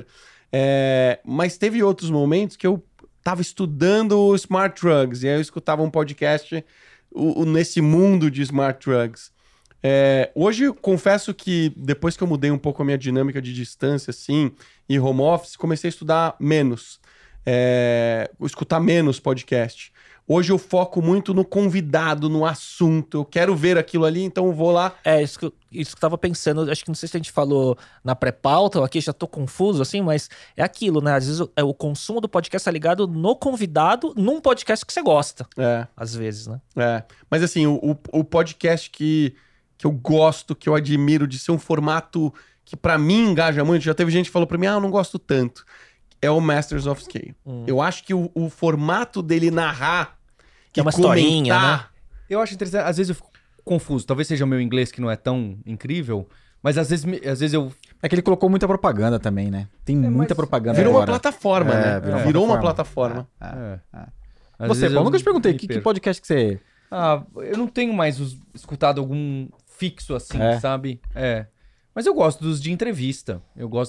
Mas teve outros momentos que eu tava estudando Smart Drugs, e aí eu escutava um podcast nesse mundo de Smart Drugs. Hoje, eu confesso que depois que eu mudei um pouco a minha dinâmica de distância, assim, e home office, comecei a estudar menos. Escutar menos podcast. Hoje eu foco muito no convidado, no assunto. Eu quero ver aquilo ali, então eu vou lá. Isso que eu tava pensando. Acho que não sei se a gente falou na pré-pauta ou aqui, já tô confuso, assim, mas é aquilo, né? Às vezes o consumo do podcast tá ligado no convidado, num podcast que você gosta. Às vezes, né? Mas assim, o podcast que eu gosto, que eu admiro, de ser um formato que pra mim engaja muito. Já teve gente que falou pra mim, eu não gosto tanto. É o Masters of Scale. Eu acho que o formato dele narrar, que é uma historinha, né? Eu acho interessante, às vezes eu fico confuso. Talvez seja o meu inglês que não é tão incrível, mas às vezes eu... É que ele colocou muita propaganda também, né? Tem muita propaganda Virou agora. uma plataforma, né? Virou uma plataforma. Às Você, vezes Paulo, nunca te perguntei, me que perco. podcast que você... Eu não tenho mais escutado algum fixo assim, É. sabe? Mas eu gosto dos de entrevista.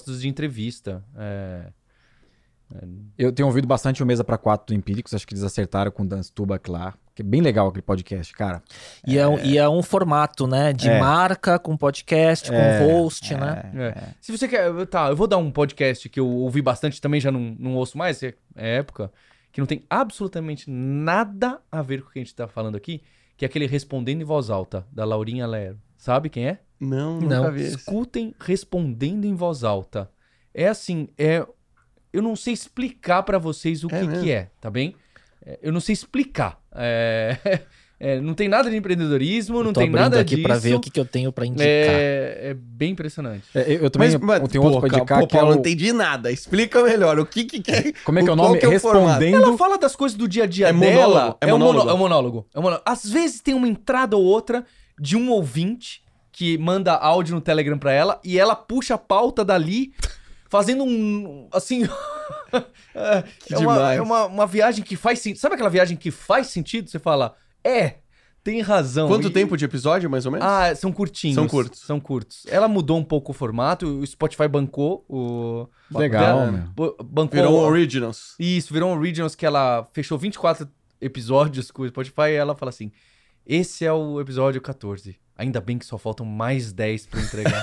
Eu tenho ouvido bastante o Mesa pra 4 do Empíricos, acho que eles acertaram com o Dan Stubach lá, que é bem legal aquele podcast, cara. E é um formato, né? De marca, com podcast, com host, né? Se você quer... Tá, eu vou dar um podcast que eu ouvi bastante, também já não ouço mais, é época, que não tem absolutamente nada a ver com o que a gente tá falando aqui, que é aquele Respondendo em Voz Alta, da Laurinha Lero. Sabe quem é? Não, Não. nunca vi esse. Escutem Respondendo em Voz Alta. É assim, eu não sei explicar pra vocês o que é, tá bem? Eu não sei explicar. Não tem nada de empreendedorismo, não Tô tem abrindo nada aqui disso. pra ver o que eu tenho pra indicar. É bem impressionante. Eu também tenho outro pra indicar, que é Paulo, o... não entendi nada. Explica melhor. O que é? Como é que é o nome? Qual que é o formato? Respondendo... Ela fala das coisas do dia a dia É dela. monólogo? É monólogo? É monólogo. Às vezes tem uma entrada ou outra de um ouvinte que manda áudio no Telegram pra ela e ela puxa a pauta dali, fazendo assim... Que demais. uma viagem que faz sentido. Sabe aquela viagem que faz sentido? Você fala, Tem razão. Quanto tempo de episódio, mais ou menos? Ah, são curtinhos. São curtos. Ela mudou um pouco o formato, o Spotify bancou o... Legal, dela, meu. Bancou... Virou Originals. Isso, virou um Originals que ela fechou 24 episódios com o Spotify e ela fala assim, esse é o episódio 14. Ainda bem que só faltam mais 10 pra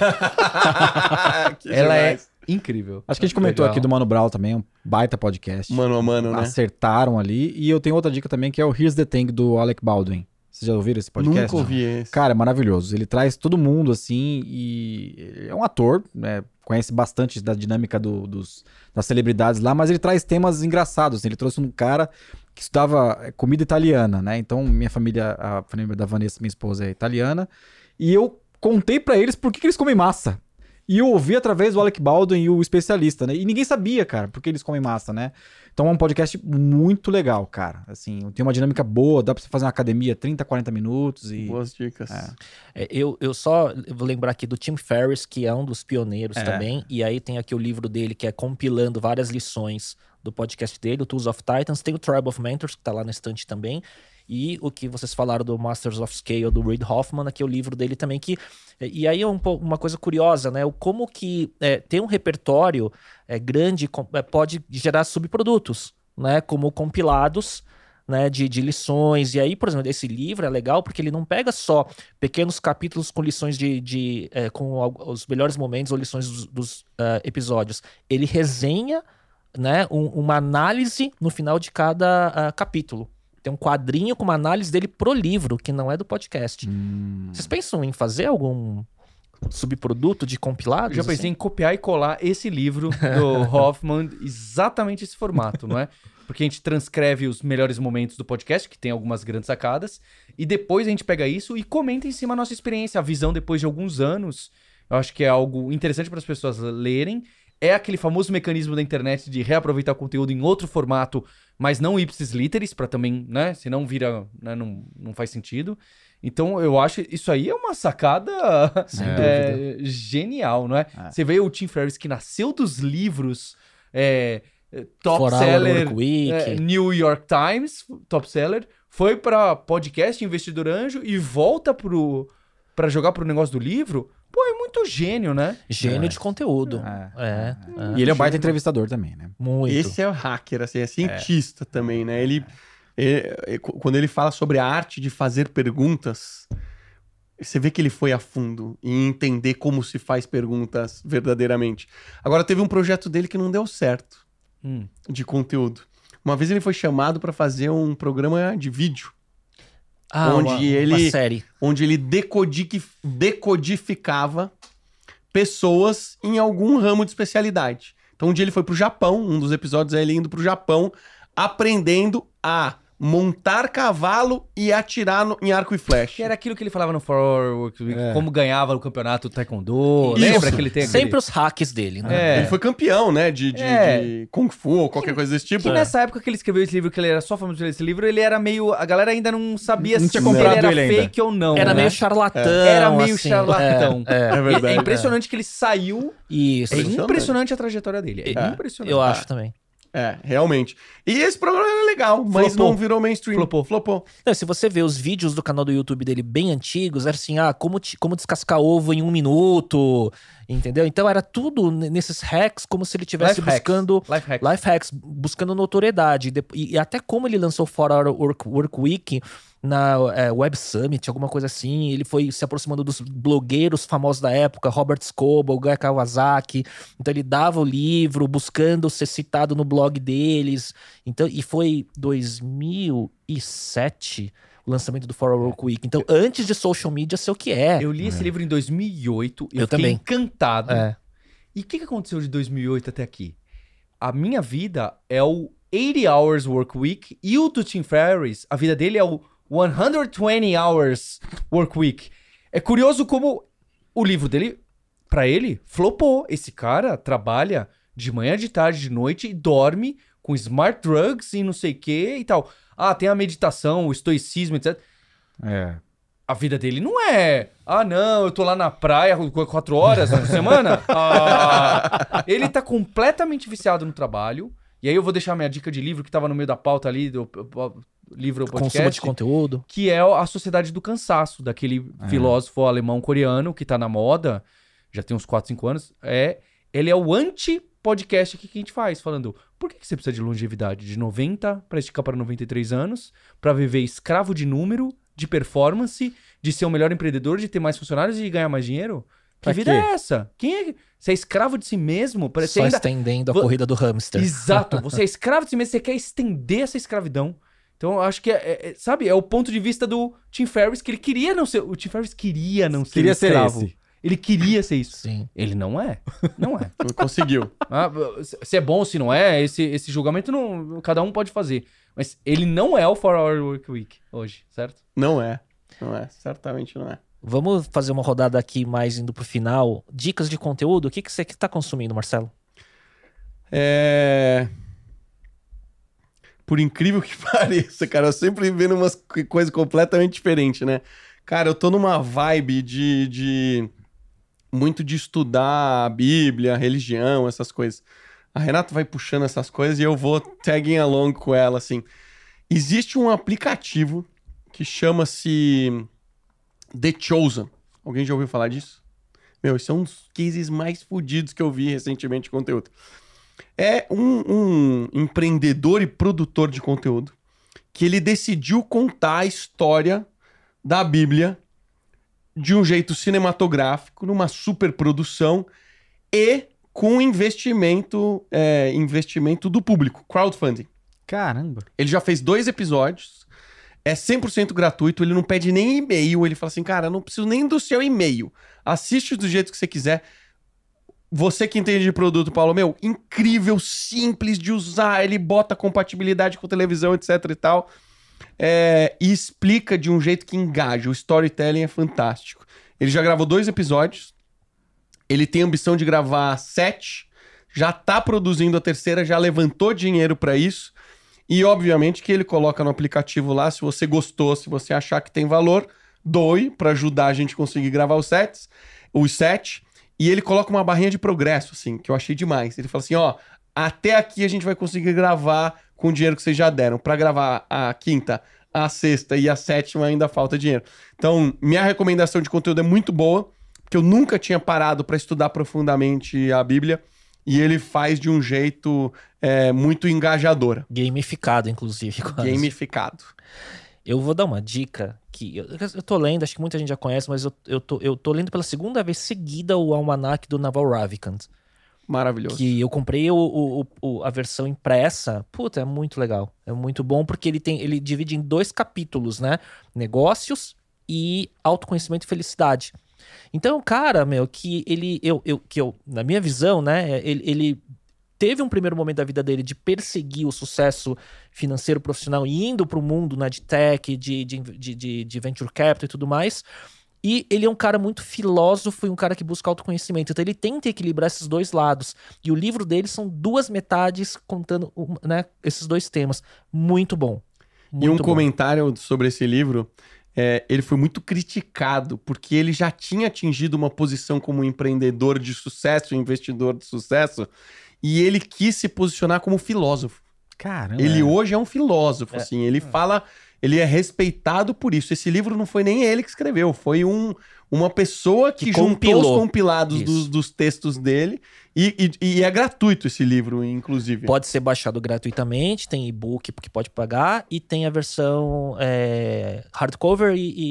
entregar. Que Ela demais. é incrível. Acho que a gente comentou Legal. aqui do Mano Brown também, um baita podcast. Mano a mano, né? Acertaram ali. E eu tenho outra dica também, que é o Here's the Thing, do Alec Baldwin. Vocês já ouviram esse podcast? Nunca ouvi esse. Cara, é maravilhoso. Ele traz todo mundo, assim, e é um ator, né? Conhece bastante da dinâmica das celebridades lá, mas ele traz temas engraçados. Assim. Ele trouxe um cara que estudava comida italiana, né? Então, minha família, a família da Vanessa, minha esposa, é italiana. E eu contei pra eles por que eles comem massa. E eu ouvi através do Alec Baldwin e o especialista, né? E ninguém sabia, cara, por que eles comem massa, né? Então é um podcast muito legal, cara. Assim, tem uma dinâmica boa, dá pra você fazer uma academia 30, 40 minutos e... Boas dicas. Eu só vou lembrar aqui do Tim Ferriss, que é um dos pioneiros também. E aí tem aqui o livro dele, que é compilando várias lições do podcast dele, o Tools of Titans. Tem o Tribe of Mentors, que tá lá na estante também. E o que vocês falaram do Masters of Scale, do Reid Hoffman, aqui é o livro dele também, que... E aí é uma coisa curiosa, né? Como que ter um repertório grande pode gerar subprodutos, né? Como compilados, né? De lições. E aí, por exemplo, esse livro é legal porque ele não pega só pequenos capítulos com lições com os melhores momentos ou lições dos episódios. Ele resenha, né? Uma análise no final de cada capítulo. Tem um quadrinho com uma análise dele pro livro, que não é do podcast. Vocês pensam em fazer algum subproduto de compilados? Eu já pensei em copiar e colar esse livro do Hoffman, exatamente esse formato, não é? Porque a gente transcreve os melhores momentos do podcast, que tem algumas grandes sacadas, e depois a gente pega isso e comenta em cima a nossa experiência, a visão depois de alguns anos. Eu acho que é algo interessante para as pessoas lerem. É aquele famoso mecanismo da internet de reaproveitar o conteúdo em outro formato, mas não ipsis literis, para também, né? Senão vira, né, não faz sentido. Então, eu acho isso aí é uma sacada genial, não é? Você vê o Tim Ferriss, que nasceu dos livros, top seller, New York Times, top seller, foi para podcast Investidor Anjo e volta para jogar pro negócio do livro. Pô, é muito gênio, né? Gênio de conteúdo. E ele é um baita entrevistador também, né? Muito. Esse é o hacker, assim, é cientista também, né? Quando ele fala sobre a arte de fazer perguntas, você vê que ele foi a fundo em entender como se faz perguntas verdadeiramente. Agora, teve um projeto dele que não deu certo de conteúdo. Uma vez ele foi chamado para fazer um programa de vídeo. Uma série. Onde ele decodificava pessoas em algum ramo de especialidade. Então, um dia ele foi pro Japão, um dos episódios é ele indo pro Japão, aprendendo a montar cavalo e atirar em arco e flecha. Que era aquilo que ele falava no Forward, como ganhava o campeonato Taekwondo. Isso. Lembra que ele tem Sempre os hacks dele, né? Ele foi campeão, né? De Kung Fu ou qualquer coisa desse tipo. Que nessa época que ele escreveu esse livro, que ele era só famoso por esse livro, ele era meio... A galera ainda não sabia Não tinha se comprado ele era ele ainda. fake ou não. Era né? meio charlatão. Era meio assim. charlatão. É verdade. É impressionante que ele saiu. Isso. É impressionante a trajetória dele. É impressionante. Eu acho também. Realmente. E esse programa era legal, mas Flopou. não virou mainstream. Flopou. Não, se você vê os vídeos do canal do YouTube dele bem antigos, era assim, como descascar ovo em 1 minuto, entendeu? Então era tudo nesses hacks, como se ele estivesse buscando... Life hacks, buscando notoriedade. E até como ele lançou 4 Hour Work Week na Web Summit, alguma coisa assim, ele foi se aproximando dos blogueiros famosos da época, Robert Scoble, Guy Kawasaki, então ele dava o livro, buscando ser citado no blog deles, então, e foi 2007 o lançamento do 4 Hour Work Week, então antes de social media ser o que é. Eu li esse livro em 2008 e eu fiquei também. encantado. E o que aconteceu de 2008 até aqui? A minha vida é o 80 Hours Work Week e o do Tim Ferriss, a vida dele é o 120 Hours Work Week. É curioso como o livro dele, pra ele, flopou. Esse cara trabalha de manhã, de tarde, de noite e dorme com smart drugs e não sei o que e tal. Tem a meditação, o estoicismo, etc. A vida dele não é... não, eu tô lá na praia 4 horas por semana. Ele tá completamente viciado no trabalho. E aí eu vou deixar minha dica de livro que tava no meio da pauta ali, livro ou Consumo podcast, de conteúdo. que é A Sociedade do Cansaço, daquele filósofo alemão-coreano que tá na moda, já tem uns 4, 5 anos. Ele é o anti-podcast que a gente faz, falando, por que você precisa de longevidade? De 90 para esticar para 93 anos, para viver escravo de número, de performance, de ser o melhor empreendedor, de ter mais funcionários e de ganhar mais dinheiro? Que Pra vida quê? é essa? Você é escravo de si mesmo? Parece Só ainda... estendendo a Vo- corrida do hamster. Exato, você é escravo de si mesmo, você quer estender essa escravidão. Então, eu acho que, sabe, é o ponto de vista do Tim Ferriss, que ele queria não ser... O Tim Ferriss queria não ser Queria ser escravo. esse. Ele queria ser isso. Sim. Ele não é. Não é. Não conseguiu. Se é bom ou se não é, esse julgamento não, cada um pode fazer. Mas ele não é o 4-Hour Work Week hoje, certo? Não é. Não é. Certamente não é. Vamos fazer uma rodada aqui mais indo pro final. Dicas de conteúdo. O que você tá consumindo, Marcelo? Por incrível que pareça, cara, eu sempre vendo umas coisas completamente diferentes, né? Cara, eu tô numa vibe muito de estudar a Bíblia, a religião, essas coisas. A Renata vai puxando essas coisas e eu vou tagging along com ela, assim. Existe um aplicativo que chama-se The Chosen. Alguém já ouviu falar disso? Meu, esse é um dos cases mais fodidos que eu vi recentemente de conteúdo. É um empreendedor e produtor de conteúdo que ele decidiu contar a história da Bíblia de um jeito cinematográfico, numa superprodução e com investimento do público, crowdfunding. Caramba. Ele já fez 2 episódios, é 100% gratuito, ele não pede nem e-mail, ele fala assim, cara, eu não preciso nem do seu e-mail, assiste do jeito que você quiser. Você que entende de produto, Paulo, meu, incrível, simples de usar, ele bota compatibilidade com televisão, etc e tal, e explica de um jeito que engaja, o storytelling é fantástico. Ele já gravou 2 episódios, ele tem a ambição de gravar 7, já tá produzindo a 3ª, já levantou dinheiro pra isso, e obviamente que ele coloca no aplicativo lá, se você gostou, se você achar que tem valor, doe pra ajudar a gente a conseguir gravar os 7, e ele coloca uma barrinha de progresso, assim, que eu achei demais. Ele fala assim, ó, até aqui a gente vai conseguir gravar com o dinheiro que vocês já deram. Pra gravar a 5ª, a 6ª e a 7ª ainda falta dinheiro. Então, minha recomendação de conteúdo é muito boa, porque eu nunca tinha parado pra estudar profundamente a Bíblia, e ele faz de um jeito muito engajador. Gamificado, inclusive. Quase. Gamificado. Eu vou dar uma dica que eu tô lendo, acho que muita gente já conhece, mas eu tô lendo pela 2ª vez seguida o Almanac do Naval Ravikant. Maravilhoso. Que eu comprei a versão impressa. Puta, é muito legal. É muito bom porque ele divide em 2 capítulos, né? Negócios e autoconhecimento e felicidade. Então, cara, meu, que na minha visão, né? Ele teve um primeiro momento da vida dele de perseguir o sucesso financeiro profissional e indo pro mundo, né, de tech, de venture capital e tudo mais. E ele é um cara muito filósofo e um cara que busca autoconhecimento. Então ele tenta equilibrar esses 2 lados. E o livro dele são 2 metades contando, né, esses 2 temas. Muito bom. E um comentário sobre esse livro, ele foi muito criticado, porque ele já tinha atingido uma posição como empreendedor de sucesso, investidor de sucesso, e ele quis se posicionar como filósofo. Caramba. Ele hoje é um filósofo, assim, ele fala, ele é respeitado por isso. Esse livro não foi nem ele que escreveu, foi uma pessoa que juntou compilou. os compilados Isso. dos textos dele, e é gratuito esse livro, inclusive. Pode ser baixado gratuitamente, tem e-book que pode pagar, e tem a versão hardcover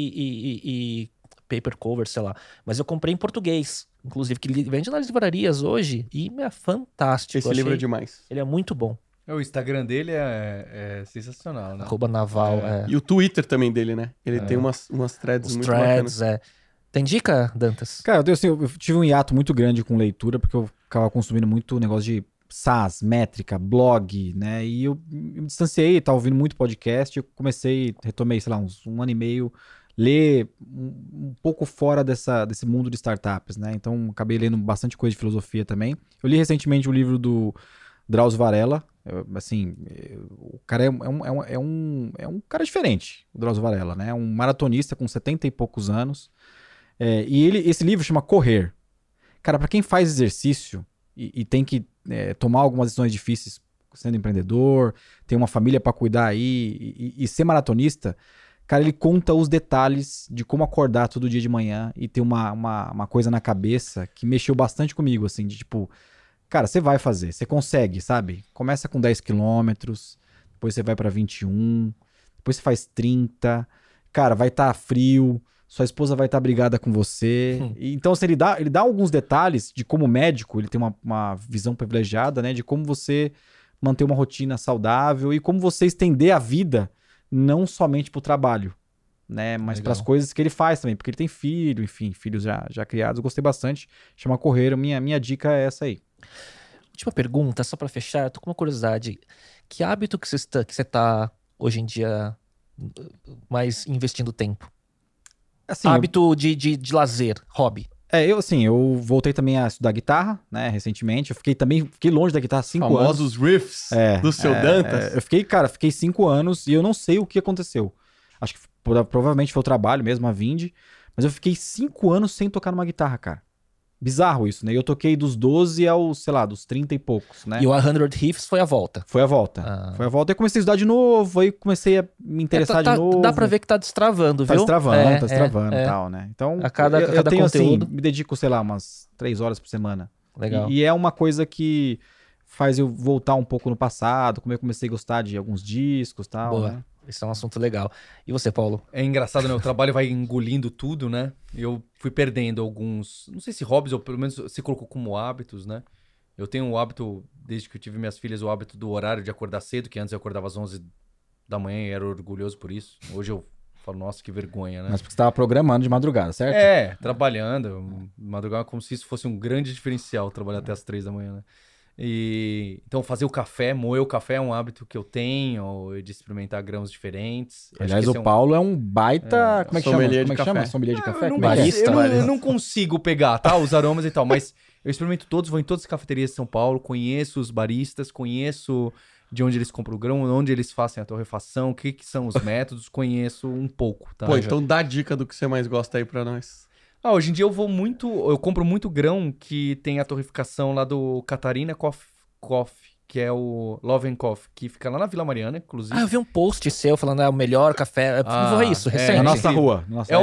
e paper cover, sei lá. Mas eu comprei em português, inclusive, que vende nas livrarias hoje, e é fantástico. Esse livro é demais. Ele é muito bom. O Instagram dele é sensacional, né? @naval. E o Twitter também dele, né? Ele tem umas threads Os muito threads, bacanas. Tem dica, Dantas? Cara, eu tive um hiato muito grande com leitura, porque eu ficava consumindo muito negócio de SaaS, métrica, blog, né? E eu me distanciei, tava ouvindo muito podcast, eu retomei, sei lá, uns 1 ano e meio, ler um pouco fora desse mundo de startups, né? Então, acabei lendo bastante coisa de filosofia também. Eu li recentemente o livro do Drauzio Varela. O cara é um cara diferente, o Drauzio Varela, né? Um maratonista com 70 e poucos anos. E esse livro chama Correr. Cara, pra quem faz exercício e tem que tomar algumas decisões difíceis sendo empreendedor, tem uma família pra cuidar aí e ser maratonista, cara, ele conta os detalhes de como acordar todo dia de manhã e ter uma coisa na cabeça que mexeu bastante comigo, assim, de tipo, cara, você vai fazer, você consegue, sabe? Começa com 10 quilômetros, depois você vai pra 21, depois você faz 30, cara, vai estar frio, sua esposa vai estar brigada com você. Então, assim, ele dá alguns detalhes de como médico, ele tem uma visão privilegiada, né? De como você manter uma rotina saudável e como você estender a vida não somente pro trabalho, né? Mas para as coisas que ele faz também, porque ele tem filho, enfim, filhos já criados. Eu gostei bastante, chama Correr. Minha dica é essa aí. Última pergunta, só pra fechar, tô com uma curiosidade. Que hábito que você tá hoje em dia mais investindo tempo? Assim, Hábito de lazer, hobby. eu voltei também a estudar guitarra, né, recentemente. Eu fiquei longe da guitarra 5 anos. Famosos riffs do seu Dantas. Eu fiquei 5 anos e eu não sei o que aconteceu. Acho que provavelmente foi o trabalho mesmo, a Vind. Mas eu fiquei 5 anos sem tocar numa guitarra, cara. Bizarro isso, né? E eu toquei dos 12 aos, sei lá, dos 30 e poucos, né? E o 100 Riffs foi a volta. Foi a volta. Foi a volta. Eu comecei a estudar de novo, aí comecei a me interessar de novo. Dá pra ver que tá destravando, viu? Tá destravando e tal, né? Então, a cada eu tenho conteúdo. assim, me dedico, sei lá, umas 3 horas por semana. Legal. E é uma coisa que faz eu voltar um pouco no passado, como eu comecei a gostar de alguns discos e tal, Boa. né? Esse é um assunto legal. E você, Paulo? É engraçado, né? O trabalho vai engolindo tudo, né? Eu fui perdendo alguns, não sei se hobbies, ou pelo menos se colocou como hábitos, né? Eu tenho um hábito, desde que eu tive minhas filhas, o hábito do horário de acordar cedo, que antes eu acordava às 11 da manhã e era orgulhoso por isso. Hoje eu falo, nossa, que vergonha, né? Mas porque você tava programando de madrugada, certo? Trabalhando. Madrugada como se isso fosse um grande diferencial, trabalhar até as 3 da manhã, né? Então fazer o café, moer o café é um hábito que eu tenho, de experimentar grãos diferentes. Acho Aliás, que o esse Paulo é um baita... Como é que chama? sommelier de Como é que chama? café. Sommelier de café? Eu não, Como é que é? Barista, eu não consigo pegar, tá? Os aromas e tal, mas eu experimento todos, vou em todas as cafeterias de São Paulo, conheço os baristas, conheço de onde eles compram o grão, onde eles fazem a torrefação, o que são os métodos, conheço um pouco, tá? Pô, então dá dica do que você mais gosta aí pra nós. Hoje em dia eu compro muito grão que tem a torreficação lá do Catarina Coffee, que é o Love and Coffee, que fica lá na Vila Mariana, inclusive. Eu vi um post seu falando o melhor café. Foi isso, recente. Na nossa rua.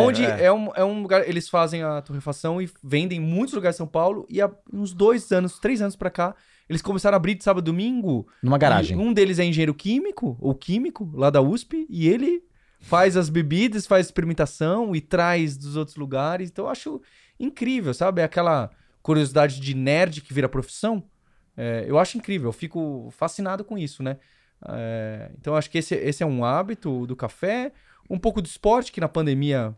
É um lugar, eles fazem a torrefação e vendem em muitos lugares de São Paulo, e há uns 3 anos pra cá, eles começaram a abrir de sábado e domingo. Numa garagem. Um deles é engenheiro químico, ou químico, lá da USP, e ele faz as bebidas, faz experimentação e traz dos outros lugares. Então eu acho incrível, sabe? É aquela curiosidade de nerd que vira profissão. Eu acho incrível, eu fico fascinado com isso, né? Então, acho que esse é um hábito do café. Um pouco do esporte, que na pandemia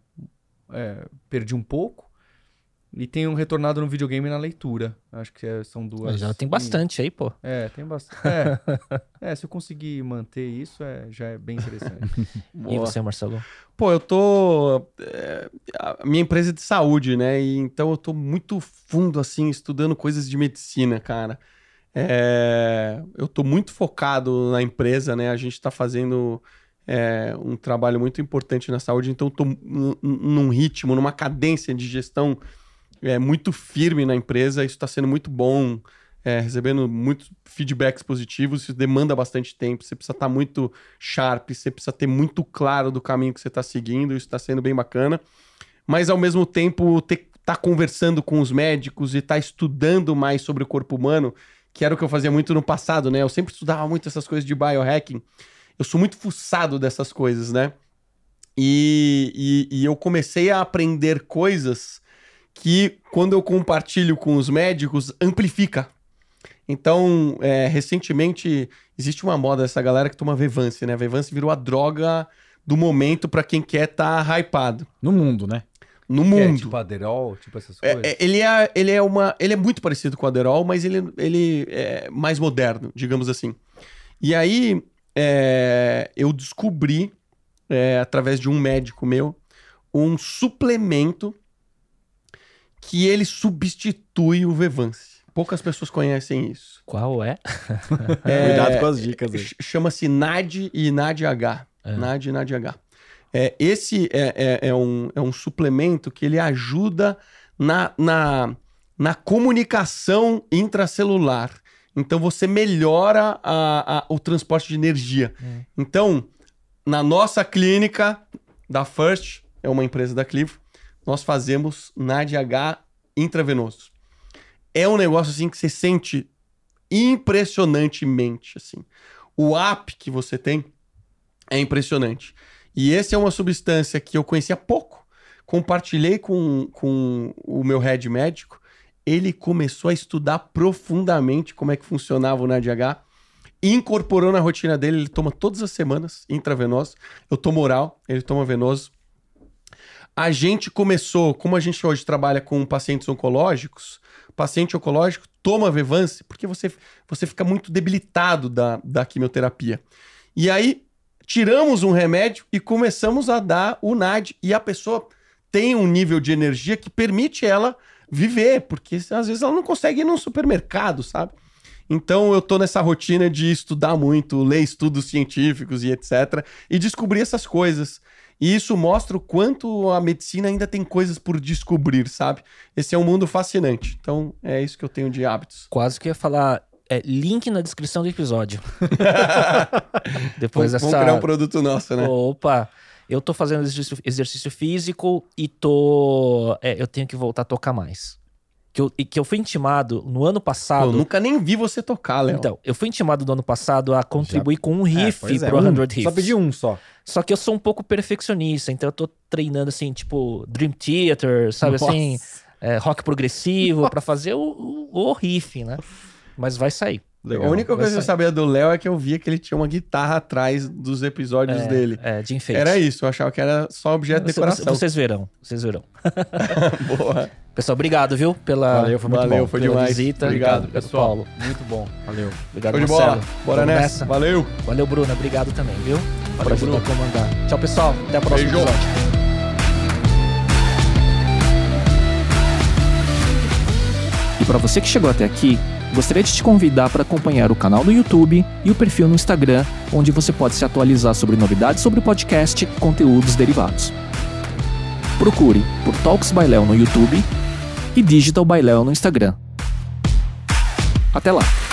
perdi um pouco. E tenho retornado no videogame e na leitura. Acho que são duas... Já tem bastante aí, pô. Tem bastante. Se eu conseguir manter isso, já é bem interessante. E você, Marcelo? Pô, eu tô... a minha empresa é de saúde, né? E então eu tô muito fundo, assim, estudando coisas de medicina, cara. Eu tô muito focado na empresa, né? A gente tá fazendo um trabalho muito importante na saúde, então eu tô num ritmo, numa cadência de gestão muito firme na empresa. Isso tá sendo muito bom, recebendo muitos feedbacks positivos. Isso demanda bastante tempo, você precisa estar muito sharp, você precisa ter muito claro do caminho que você tá seguindo. Isso tá sendo bem bacana. Mas, ao mesmo tempo, tá conversando com os médicos e tá estudando mais sobre o corpo humano, que era o que eu fazia muito no passado, né? Eu sempre estudava muito essas coisas de biohacking. Eu sou muito fuçado dessas coisas, né? E eu comecei a aprender coisas que, quando eu compartilho com os médicos, amplifica. Então, recentemente, existe uma moda dessa galera que toma Vevance, né? Vevance virou a droga do momento pra quem quer tá hypado. No mundo, né? No Que mundo. tipo Adderall, tipo essas coisas. Ele é muito parecido com o Adderall, mas ele é mais moderno, digamos assim. E aí, eu descobri, através de um médico meu, um suplemento que ele substitui o Vevance. Poucas pessoas conhecem isso. Qual é? Cuidado com as dicas aí. Chama-se NAD e NADH. NAD e NADH. Esse é um suplemento que ele ajuda na comunicação intracelular. Então você melhora o transporte de energia. Então, na nossa clínica da First, é uma empresa da Clivo, nós fazemos NADH intravenoso. É um negócio assim que você sente impressionantemente, assim. O app que você tem é impressionante. E essa é uma substância que eu conhecia pouco. Compartilhei com o meu head médico. Ele começou a estudar profundamente como é que funcionava o NADH. Incorporou na rotina dele. Ele toma todas as semanas intravenoso. Eu tomo oral, ele toma venoso. A gente começou, como a gente hoje trabalha com pacientes oncológicos, paciente oncológico toma Vevance porque você fica muito debilitado da quimioterapia. E aí, tiramos um remédio e começamos a dar o NAD. E a pessoa tem um nível de energia que permite ela viver, porque às vezes ela não consegue ir num supermercado, sabe? Então eu tô nessa rotina de estudar muito, ler estudos científicos e etc. E descobrir essas coisas. E isso mostra o quanto a medicina ainda tem coisas por descobrir, sabe? Esse é um mundo fascinante. Então é isso que eu tenho de hábitos. Quase que eu ia falar, link na descrição do episódio. Depois Vamos criar um produto nosso, né? Opa, eu tô fazendo exercício físico e eu tenho que voltar a tocar mais. Que eu fui intimado no ano passado... Eu nunca nem vi você tocar, Léo. Então, eu fui intimado no ano passado a contribuir com um riff pro 100 Riffs. Só pedi um só. Só que eu sou um pouco perfeccionista, então eu tô treinando assim, tipo, Dream Theater, sabe? Nossa. Assim, rock progressivo pra fazer o riff, né? Mas vai sair. Legal. A única coisa que eu sair. sabia do Léo é que eu via que ele tinha uma guitarra atrás dos episódios dele. De enfeite. Era isso, eu achava que era só objeto de decoração. Vocês verão. Boa. Pessoal, obrigado, viu? Valeu, foi muito bom. Foi pela demais. visita. Obrigado, pessoal. Paulo. Muito bom. Valeu. Obrigado, Show de Marcelo. bola. Bora Vamos nessa. Valeu. Valeu, Bruno. Obrigado também, viu? Por Valeu, ajudar Bruno. a comandar. Tchau, pessoal. Até o próximo Beijo. episódio. E para você que chegou até aqui, gostaria de te convidar para acompanhar o canal no YouTube e o perfil no Instagram, onde você pode se atualizar sobre novidades sobre o podcast e conteúdos derivados. Procure por Talks by Léo no YouTube e Digital by Léo no Instagram. Até lá!